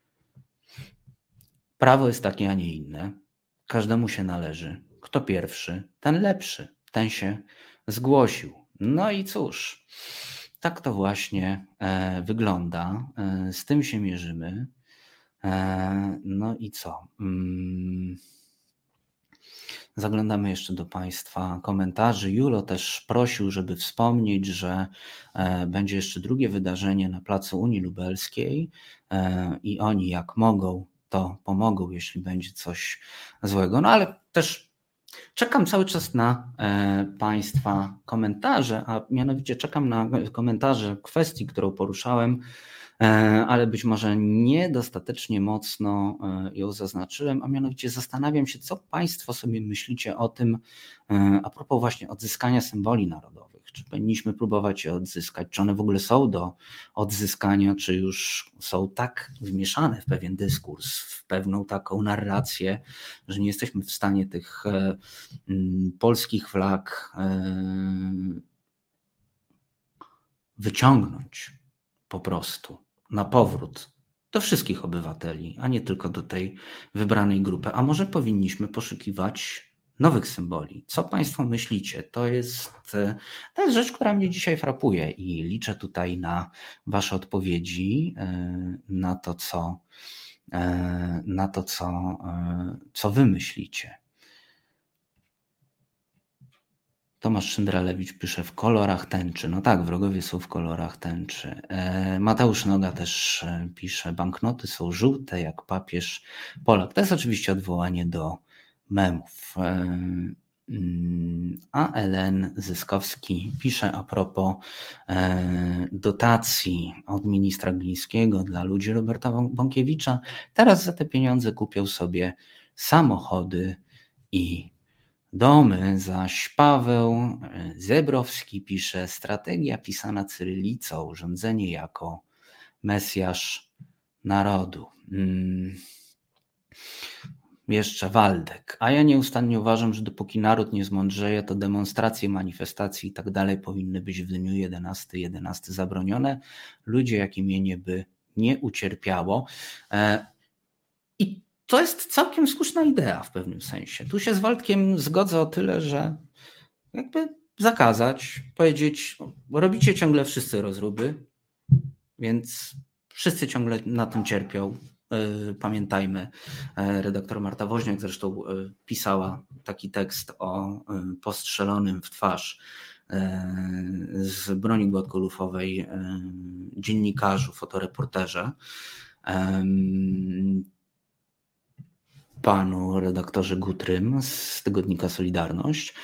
prawo jest takie, a nie inne. Każdemu się należy. Kto pierwszy, ten lepszy. Ten się zgłosił. No i cóż, tak to właśnie e, wygląda. E, z tym się mierzymy. E, no i co? Mm. Zaglądamy jeszcze do Państwa komentarzy. Julo też prosił, żeby wspomnieć, że będzie jeszcze drugie wydarzenie na placu Unii Lubelskiej i oni jak mogą, to pomogą, jeśli będzie coś złego. No ale też czekam cały czas na Państwa komentarze, a mianowicie czekam na komentarze kwestii, którą poruszałem, ale być może niedostatecznie mocno ją zaznaczyłem, a mianowicie zastanawiam się, co Państwo sobie myślicie o tym, a propos właśnie odzyskania symboli narodowych. Czy powinniśmy próbować je odzyskać, czy one w ogóle są do odzyskania, czy już są tak wmieszane w pewien dyskurs, w pewną taką narrację, że nie jesteśmy w stanie tych polskich flag wyciągnąć po prostu na powrót do wszystkich obywateli, a nie tylko do tej wybranej grupy. A może powinniśmy poszukiwać nowych symboli? Co Państwo myślicie? To jest, to jest rzecz, która mnie dzisiaj frapuje i liczę tutaj na Wasze odpowiedzi na to, co, na to, co, co Wy myślicie. Tomasz Szyndralewicz pisze w kolorach tęczy. No tak, wrogowie są w kolorach tęczy. Mateusz Noga też pisze, banknoty są żółte jak papież Polak. To jest oczywiście odwołanie do memów. A Ellen Zyskowski pisze a propos dotacji od ministra Glińskiego dla ludzi Roberta Bąkiewicza. Teraz za te pieniądze kupią sobie samochody i domy, zaś Paweł Zebrowski pisze, strategia pisana cyrylicą, rządzenie jako Mesjasz narodu. Hmm. Jeszcze Waldek. A ja nieustannie uważam, że dopóki naród nie zmądrzeje, to demonstracje, manifestacje i tak dalej powinny być w dniu jedenastego jedenastego zabronione. Ludzie, jak imienie by nie ucierpiało. I to jest całkiem słuszna idea w pewnym sensie. Tu się z Waldkiem zgodzę o tyle, że jakby zakazać, powiedzieć, bo robicie ciągle wszyscy rozruby, więc wszyscy ciągle na tym cierpią. Pamiętajmy, redaktor Marta Woźniak zresztą pisała taki tekst o postrzelonym w twarz z broni gładkolufowej dziennikarzu, fotoreporterze, panu redaktorze Gutrym z tygodnika Solidarność.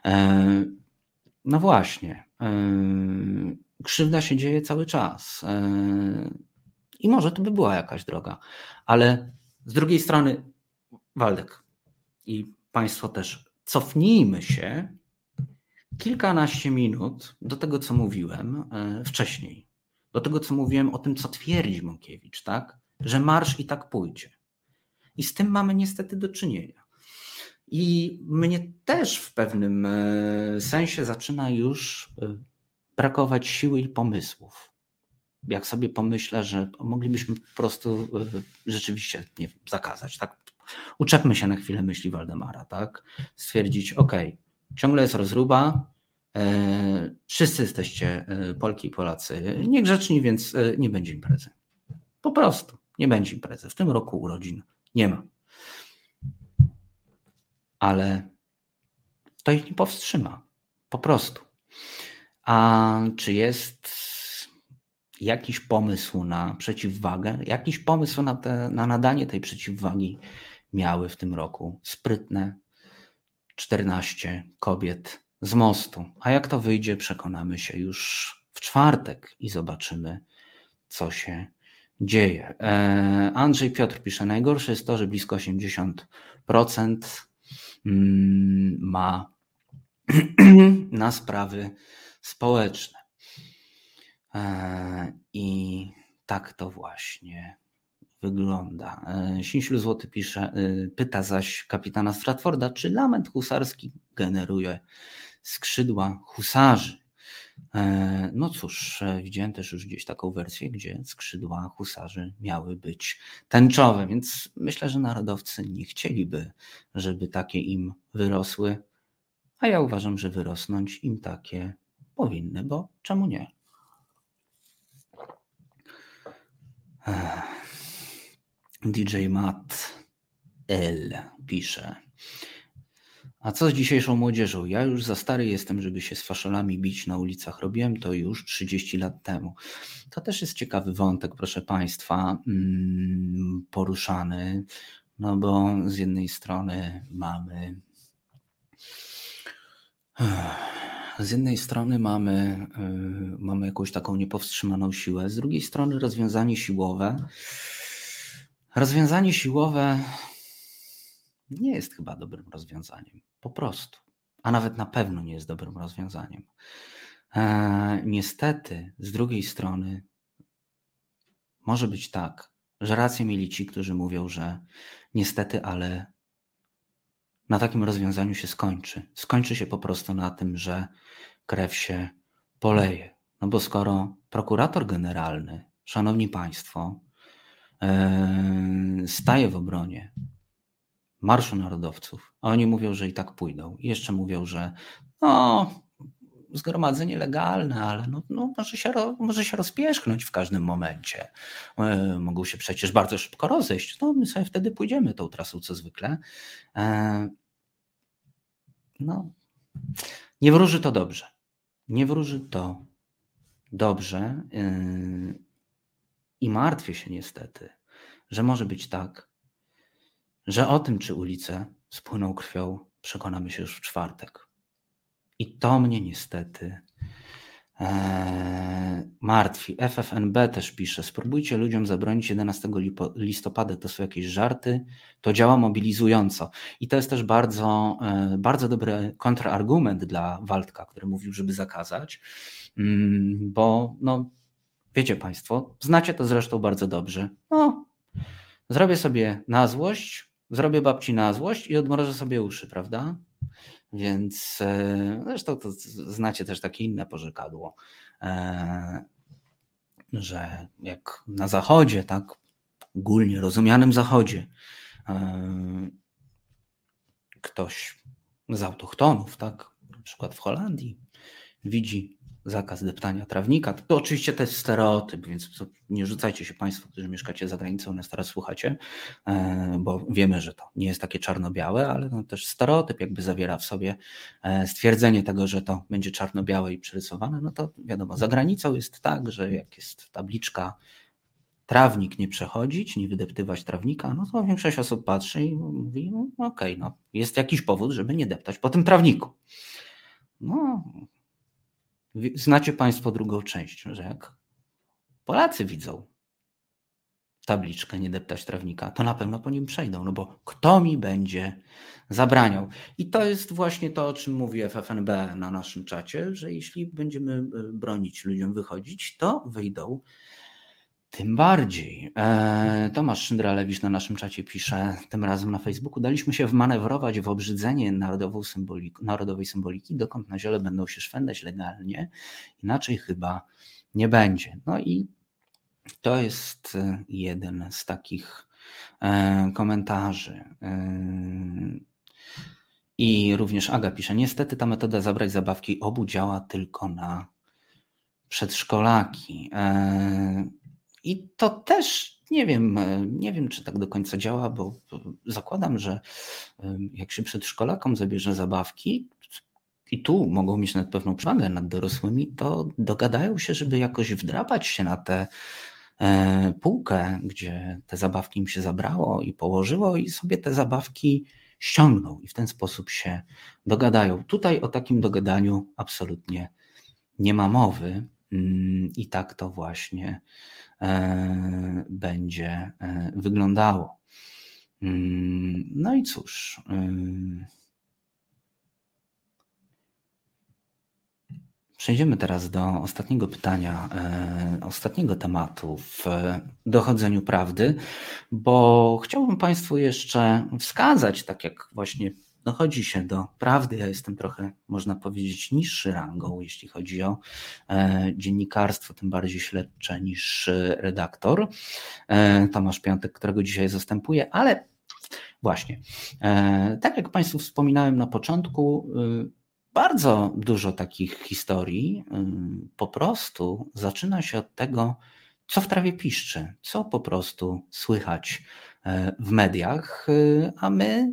No właśnie, krzywda się dzieje cały czas i może to by była jakaś droga, ale z drugiej strony Waldek i Państwo też, cofnijmy się kilkanaście minut do tego, co mówiłem wcześniej, do tego, co mówiłem o tym, co twierdzi Bąkiewicz, tak? że marsz i tak pójdzie. I z tym mamy niestety do czynienia. I mnie też w pewnym sensie zaczyna już brakować siły i pomysłów. Jak sobie pomyślę, że moglibyśmy po prostu rzeczywiście nie wiem, zakazać. Tak? Uczepmy się na chwilę myśli Waldemara. Tak? Stwierdzić, ok, ciągle jest rozruba, e, wszyscy jesteście Polki i Polacy niegrzeczni, więc nie będzie imprezy. Po prostu nie będzie imprezy. W tym roku urodzin nie ma. Ale to ich nie powstrzyma. Po prostu. A czy jest jakiś pomysł na przeciwwagę? Jakiś pomysł na, te, na nadanie tej przeciwwagi miały w tym roku sprytne czternaście kobiet z Mostu. A jak to wyjdzie, przekonamy się już w czwartek i zobaczymy, co się dzieje. Andrzej Piotr pisze, najgorsze jest to, że blisko osiemdziesiąt procent ma na sprawy społeczne. I tak to właśnie wygląda. Sinsiul Złoty pisze, pyta zaś kapitana Stratforda, czy lament husarski generuje skrzydła husarzy. No cóż, widziałem też już gdzieś taką wersję, gdzie skrzydła husarzy miały być tęczowe, więc myślę, że narodowcy nie chcieliby, żeby takie im wyrosły, a ja uważam, że wyrosnąć im takie powinny, bo czemu nie? D J Matt L pisze, a co z dzisiejszą młodzieżą? Ja już za stary jestem, żeby się z faszolami bić na ulicach. Robiłem to już trzydzieści lat temu. To też jest ciekawy wątek, proszę Państwa, poruszany, no bo z jednej strony mamy z jednej strony mamy, mamy jakąś taką niepowstrzymaną siłę, z drugiej strony rozwiązanie siłowe. Rozwiązanie siłowe nie jest chyba dobrym rozwiązaniem, po prostu, a nawet na pewno nie jest dobrym rozwiązaniem. E, niestety, z drugiej strony może być tak, że rację mieli ci, którzy mówią, że niestety, ale na takim rozwiązaniu się skończy. Skończy się po prostu na tym, że krew się poleje. No bo skoro prokurator generalny, szanowni państwo, e, staje w obronie Marszu Narodowców, a oni mówią, że i tak pójdą. I jeszcze mówią, że no, zgromadzenie legalne, ale no, no, może, się, może się rozpierzchnąć w każdym momencie. E, mogą się przecież bardzo szybko rozejść. No, my sobie wtedy pójdziemy tą trasą, co zwykle. E, no, nie wróży to dobrze. Nie wróży to dobrze e, i martwię się niestety, że może być tak, że o tym, czy ulice spłyną krwią, przekonamy się już w czwartek. I to mnie niestety e, martwi. F F N B też pisze, spróbujcie ludziom zabronić jedenastego listopada, to są jakieś żarty, to działa mobilizująco. I to jest też bardzo, e, bardzo dobry kontrargument dla Waldka, który mówił, żeby zakazać, mm, bo no, wiecie Państwo, znacie to zresztą bardzo dobrze. No, zrobię sobie na złość, zrobię babci na złość i odmrożę sobie uszy, prawda? Więc e, zresztą to znacie też takie inne porzekadło, e, że jak na zachodzie, tak ogólnie rozumianym zachodzie, e, ktoś z autochtonów, tak, na przykład w Holandii, widzi zakaz deptania trawnika, to oczywiście to jest stereotyp, więc nie rzucajcie się Państwo, którzy mieszkacie za granicą, nas teraz słuchacie, bo wiemy, że to nie jest takie czarno-białe, ale no też stereotyp jakby zawiera w sobie stwierdzenie tego, że to będzie czarno-białe i przerysowane, no to wiadomo, za granicą jest tak, że jak jest tabliczka trawnik nie przechodzić, nie wydeptywać trawnika, no to większość osób patrzy i mówi, no okej, okay, no jest jakiś powód, żeby nie deptać po tym trawniku. No, znacie Państwo drugą część, że jak Polacy widzą tabliczkę nie deptać trawnika, to na pewno po nim przejdą, no bo kto mi będzie zabraniał? I to jest właśnie to, o czym mówi F F N B na naszym czacie, że jeśli będziemy bronić ludziom wychodzić, to wyjdą Tym bardziej. E, Tomasz Szyndra-Lewicz na naszym czacie pisze, tym razem na Facebooku: daliśmy się wmanewrować w obrzydzenie narodową symbolik- narodowej symboliki, dokąd na ziele będą się szwendać legalnie, inaczej chyba nie będzie. No i to jest jeden z takich e, komentarzy. E, I również Aga pisze: niestety ta metoda zabrać zabawki obu działa tylko na przedszkolaki. E, I to też nie wiem, nie wiem, czy tak do końca działa, bo zakładam, że jak się przedszkolakom zabierze zabawki i tu mogą mieć nawet pewną przewagę nad dorosłymi, to dogadają się, żeby jakoś wdrapać się na tę półkę, gdzie te zabawki im się zabrało i położyło, i sobie te zabawki ściągną i w ten sposób się dogadają. Tutaj o takim dogadaniu absolutnie nie ma mowy. I tak to właśnie e, będzie e, wyglądało. No i cóż. E, przejdziemy teraz do ostatniego pytania, e, ostatniego tematu w dochodzeniu prawdy, bo chciałbym Państwu jeszcze wskazać, tak jak właśnie dochodzi się do prawdy. Ja jestem trochę, można powiedzieć, niższy rangą, jeśli chodzi o e, dziennikarstwo, tym bardziej śledcze, niż redaktor e, Tomasz Piątek, którego dzisiaj zastępuję, ale właśnie, e, tak jak Państwu wspominałem na początku, e, bardzo dużo takich historii e, po prostu zaczyna się od tego, co w trawie piszczy, co po prostu słychać e, w mediach, e, a my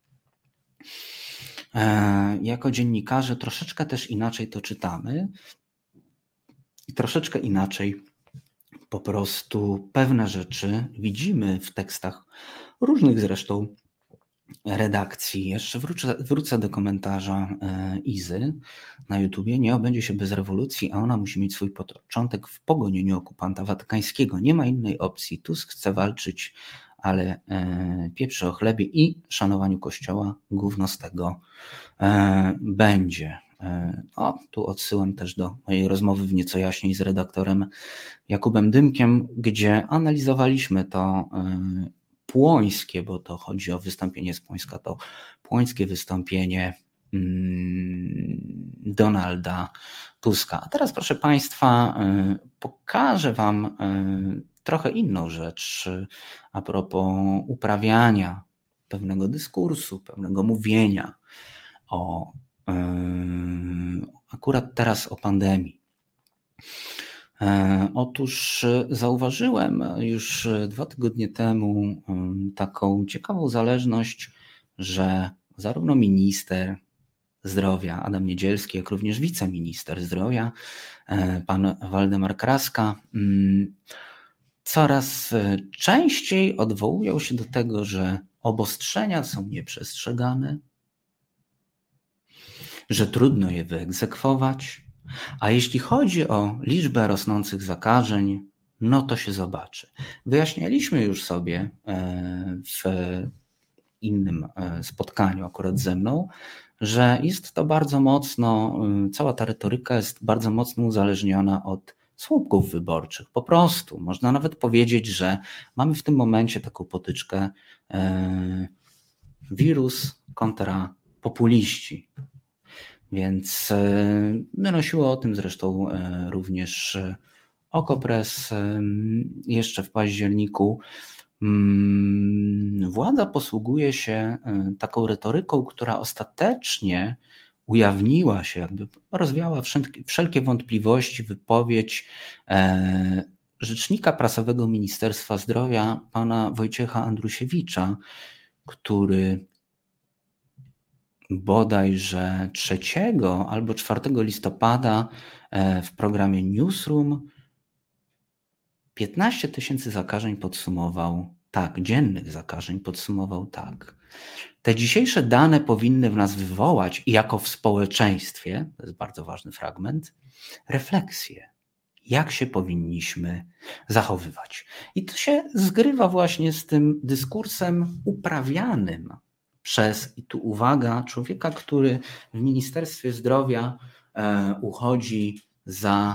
jako dziennikarze troszeczkę też inaczej to czytamy i troszeczkę inaczej po prostu pewne rzeczy widzimy w tekstach różnych zresztą redakcji. Jeszcze wrócę, wrócę do komentarza Izy na YouTubie. Nie obędzie się bez rewolucji, a ona musi mieć swój początek w pogonieniu okupanta watykańskiego. Nie ma innej opcji. Tusk chce walczyć, ale e, pieprzy o chlebie i szanowaniu Kościoła, gówno z tego e, będzie. E, o, tu odsyłam też do mojej rozmowy w nieco jaśniej z redaktorem Jakubem Dymkiem, gdzie analizowaliśmy to e, płońskie, bo to chodzi o wystąpienie z Płońska, to płońskie wystąpienie mm, Donalda Tuska. A teraz, proszę Państwa, e, pokażę Wam e, trochę inną rzecz a propos uprawiania pewnego dyskursu, pewnego mówienia o yy, akurat teraz o pandemii. Yy, otóż zauważyłem już dwa tygodnie temu yy, taką ciekawą zależność, że zarówno minister zdrowia Adam Niedzielski, jak również wiceminister zdrowia yy, pan Waldemar Kraska yy, coraz częściej odwołują się do tego, że obostrzenia są nieprzestrzegane, że trudno je wyegzekwować, a jeśli chodzi o liczbę rosnących zakażeń, no to się zobaczy. Wyjaśnialiśmy już sobie w innym spotkaniu akurat ze mną, że jest to bardzo mocno, cała ta retoryka jest bardzo mocno uzależniona od słupków wyborczych. Po prostu można nawet powiedzieć, że mamy w tym momencie taką potyczkę e, wirus kontra populiści. Więc e, wynosiło o tym zresztą e, również Okopres e, jeszcze w październiku. Mm, władza posługuje się e, taką retoryką, która ostatecznie ujawniła się, jakby rozwiała wszelkie wątpliwości, wypowiedź e, rzecznika prasowego Ministerstwa Zdrowia, pana Wojciecha Andrusiewicza, który bodajże trzeciego albo czwartego listopada e, w programie Newsroom piętnaście tysięcy zakażeń podsumował tak, dziennych zakażeń podsumował tak. Te dzisiejsze dane powinny w nas wywołać, jako w społeczeństwie, to jest bardzo ważny fragment, refleksję, jak się powinniśmy zachowywać. I to się zgrywa właśnie z tym dyskursem uprawianym przez, i tu uwaga, człowieka, który w Ministerstwie Zdrowia e, uchodzi za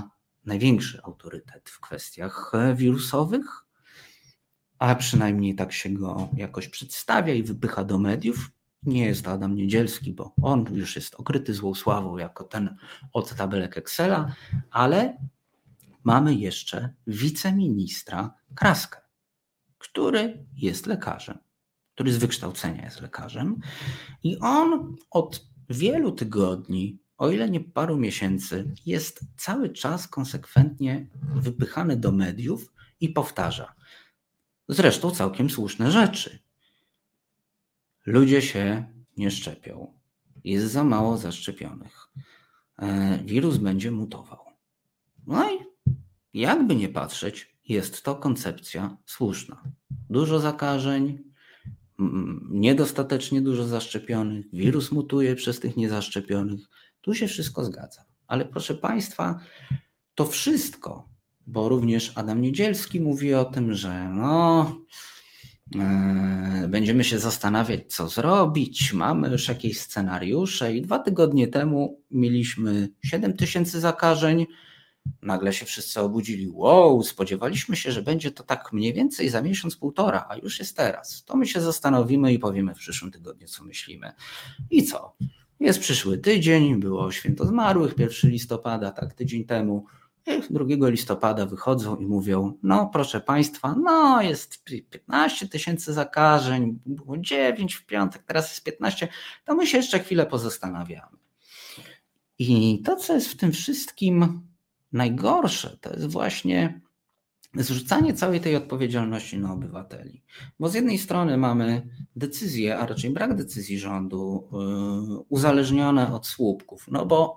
największy autorytet w kwestiach wirusowych, a przynajmniej tak się go jakoś przedstawia i wypycha do mediów. Nie jest to Adam Niedzielski, bo on już jest okryty złą sławą jako ten od tabelek Excela, ale mamy jeszcze wiceministra Kraskę, który jest lekarzem, który z wykształcenia jest lekarzem i on od wielu tygodni, o ile nie paru miesięcy, jest cały czas konsekwentnie wypychany do mediów i powtarza. Zresztą całkiem słuszne rzeczy. Ludzie się nie szczepią. Jest za mało zaszczepionych. Wirus będzie mutował. No i jakby nie patrzeć, jest to koncepcja słuszna. Dużo zakażeń, niedostatecznie dużo zaszczepionych, wirus mutuje przez tych niezaszczepionych. Tu się wszystko zgadza. Ale proszę Państwa, to wszystko, bo również Adam Niedzielski mówi o tym, że no, e, będziemy się zastanawiać, co zrobić, mamy już jakieś scenariusze i dwa tygodnie temu mieliśmy siedem tysięcy zakażeń, nagle się wszyscy obudzili, wow, spodziewaliśmy się, że będzie to tak mniej więcej za miesiąc, półtora, a już jest teraz. To my się zastanowimy i powiemy w przyszłym tygodniu, co myślimy. I co? Jest przyszły tydzień, było święto zmarłych, pierwszego listopada, tak tydzień temu. drugiego listopada wychodzą i mówią, no proszę Państwa, no jest piętnaście tysięcy zakażeń, było dziewięć w piątek, teraz jest piętnaście, to my się jeszcze chwilę pozastanawiamy. I to, co jest w tym wszystkim najgorsze, to jest właśnie zrzucanie całej tej odpowiedzialności na obywateli. Bo z jednej strony mamy decyzje, a raczej brak decyzji rządu yy, uzależnione od słupków, no bo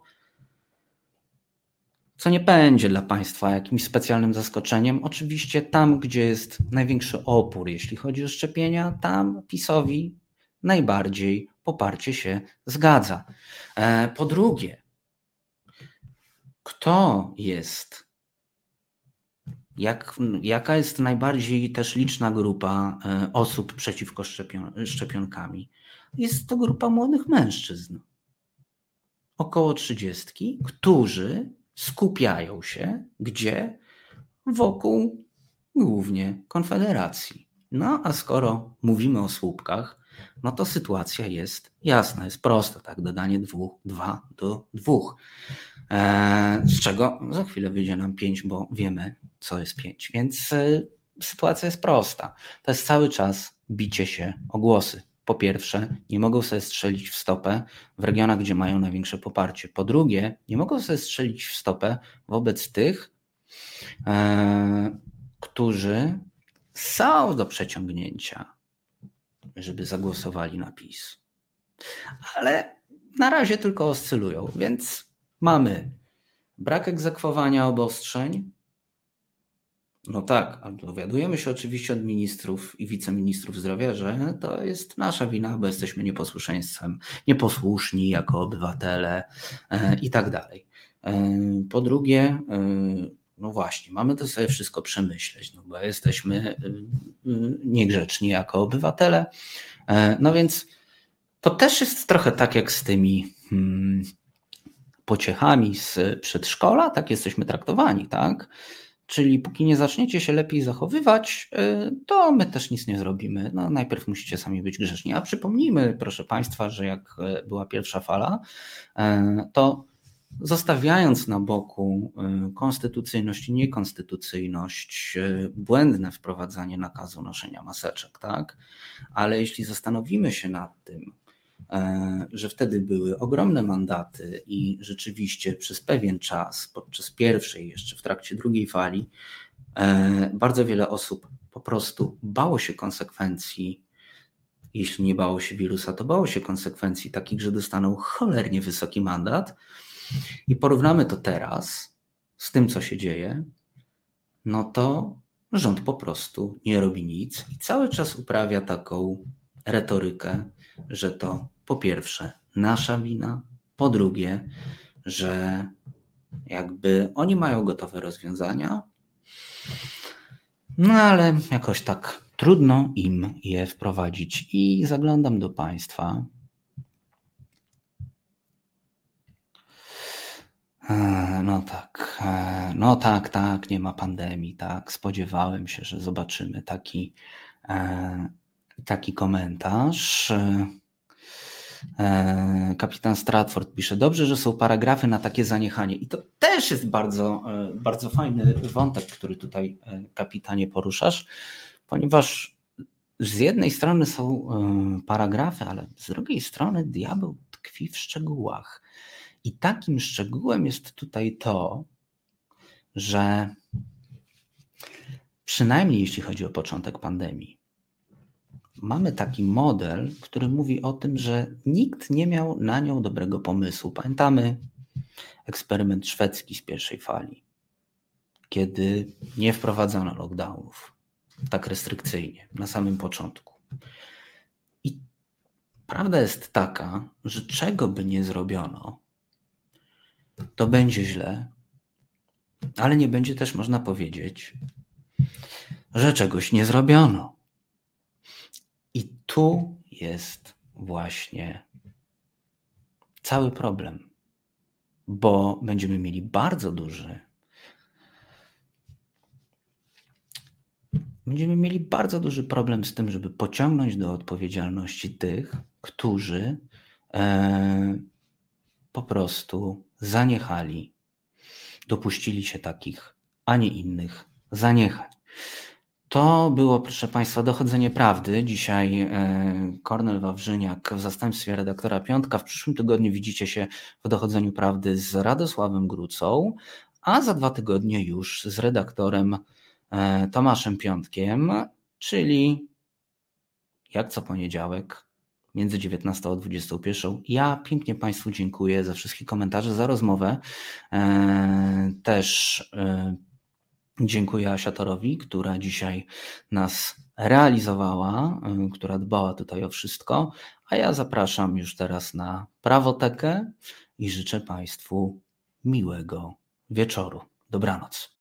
co nie będzie dla Państwa jakimś specjalnym zaskoczeniem, oczywiście tam, gdzie jest największy opór, jeśli chodzi o szczepienia, tam PiS-owi najbardziej poparcie się zgadza. E, po drugie, kto jest, jak, jaka jest najbardziej też liczna grupa osób przeciwko szczepion, szczepionkami? Jest to grupa młodych mężczyzn, około trzydziestki, którzy skupiają się gdzie? Wokół głównie Konfederacji. No a skoro mówimy o słupkach, no to sytuacja jest jasna, jest prosta, tak, dodanie dwóch, dwa do dwóch. Z czego za chwilę wyjdzie nam pięć, bo wiemy, co jest pięć. Więc sytuacja jest prosta. To jest cały czas bicie się o głosy. Po pierwsze, nie mogą sobie strzelić w stopę w regionach, gdzie mają największe poparcie. Po drugie, nie mogą sobie strzelić w stopę wobec tych, e, którzy są do przeciągnięcia, żeby zagłosowali na PiS. Ale na razie tylko oscylują, więc mamy brak egzekwowania obostrzeń. No tak, a dowiadujemy się oczywiście od ministrów i wiceministrów zdrowia, że to jest nasza wina, bo jesteśmy nieposłuszeństwem, nieposłuszni jako obywatele e, i tak dalej. E, po drugie, e, no właśnie, mamy to sobie wszystko przemyśleć, no bo jesteśmy e, niegrzeczni jako obywatele. E, no więc to też jest trochę tak jak z tymi hmm, pociechami z przedszkola, tak jesteśmy traktowani, tak? Czyli póki nie zaczniecie się lepiej zachowywać, to my też nic nie zrobimy. No, najpierw musicie sami być grzeczni. A przypomnijmy, proszę Państwa, że jak była pierwsza fala, to zostawiając na boku konstytucyjność i niekonstytucyjność, błędne wprowadzanie nakazu noszenia maseczek, tak? Ale jeśli zastanowimy się nad tym, że wtedy były ogromne mandaty i rzeczywiście przez pewien czas, podczas pierwszej, jeszcze w trakcie drugiej fali, bardzo wiele osób po prostu bało się konsekwencji, jeśli nie bało się wirusa, to bało się konsekwencji takich, że dostaną cholernie wysoki mandat i porównamy to teraz z tym, co się dzieje, no to rząd po prostu nie robi nic i cały czas uprawia taką retorykę, że to po pierwsze nasza wina, po drugie, że jakby oni mają gotowe rozwiązania, no ale jakoś tak trudno im je wprowadzić. I zaglądam do Państwa. No tak, no tak, tak, nie ma pandemii, tak. Spodziewałem się, że zobaczymy taki, taki komentarz. Kapitan Stratford pisze, dobrze, że są paragrafy na takie zaniechanie. I to też jest bardzo, bardzo fajny wątek, który tutaj, kapitanie, poruszasz, ponieważ z jednej strony są paragrafy, ale z drugiej strony diabeł tkwi w szczegółach. I takim szczegółem jest tutaj to, że przynajmniej jeśli chodzi o początek pandemii, mamy taki model, który mówi o tym, że nikt nie miał na nią dobrego pomysłu. Pamiętamy eksperyment szwedzki z pierwszej fali, kiedy nie wprowadzono lockdownów tak restrykcyjnie na samym początku. I prawda jest taka, że czego by nie zrobiono, to będzie źle, ale nie będzie też można powiedzieć, że czegoś nie zrobiono. I tu jest właśnie cały problem, bo będziemy mieli bardzo duży, będziemy mieli bardzo duży problem z tym, żeby pociągnąć do odpowiedzialności tych, którzy e, po prostu zaniechali, dopuścili się takich, a nie innych zaniechań. To było, proszę Państwa, Dochodzenie Prawdy. Dzisiaj Kornel Wawrzyniak w zastępstwie redaktora Piątka. W przyszłym tygodniu widzicie się w Dochodzeniu Prawdy z Radosławem Grucą, a za dwa tygodnie już z redaktorem Tomaszem Piątkiem, czyli jak co poniedziałek między dziewiętnastą a dwudziestą pierwszą. Ja pięknie Państwu dziękuję za wszystkie komentarze, za rozmowę. Też dziękuję Asiatorowi, która dzisiaj nas realizowała, która dbała tutaj o wszystko, a ja zapraszam już teraz na Prawotekę i życzę Państwu miłego wieczoru. Dobranoc.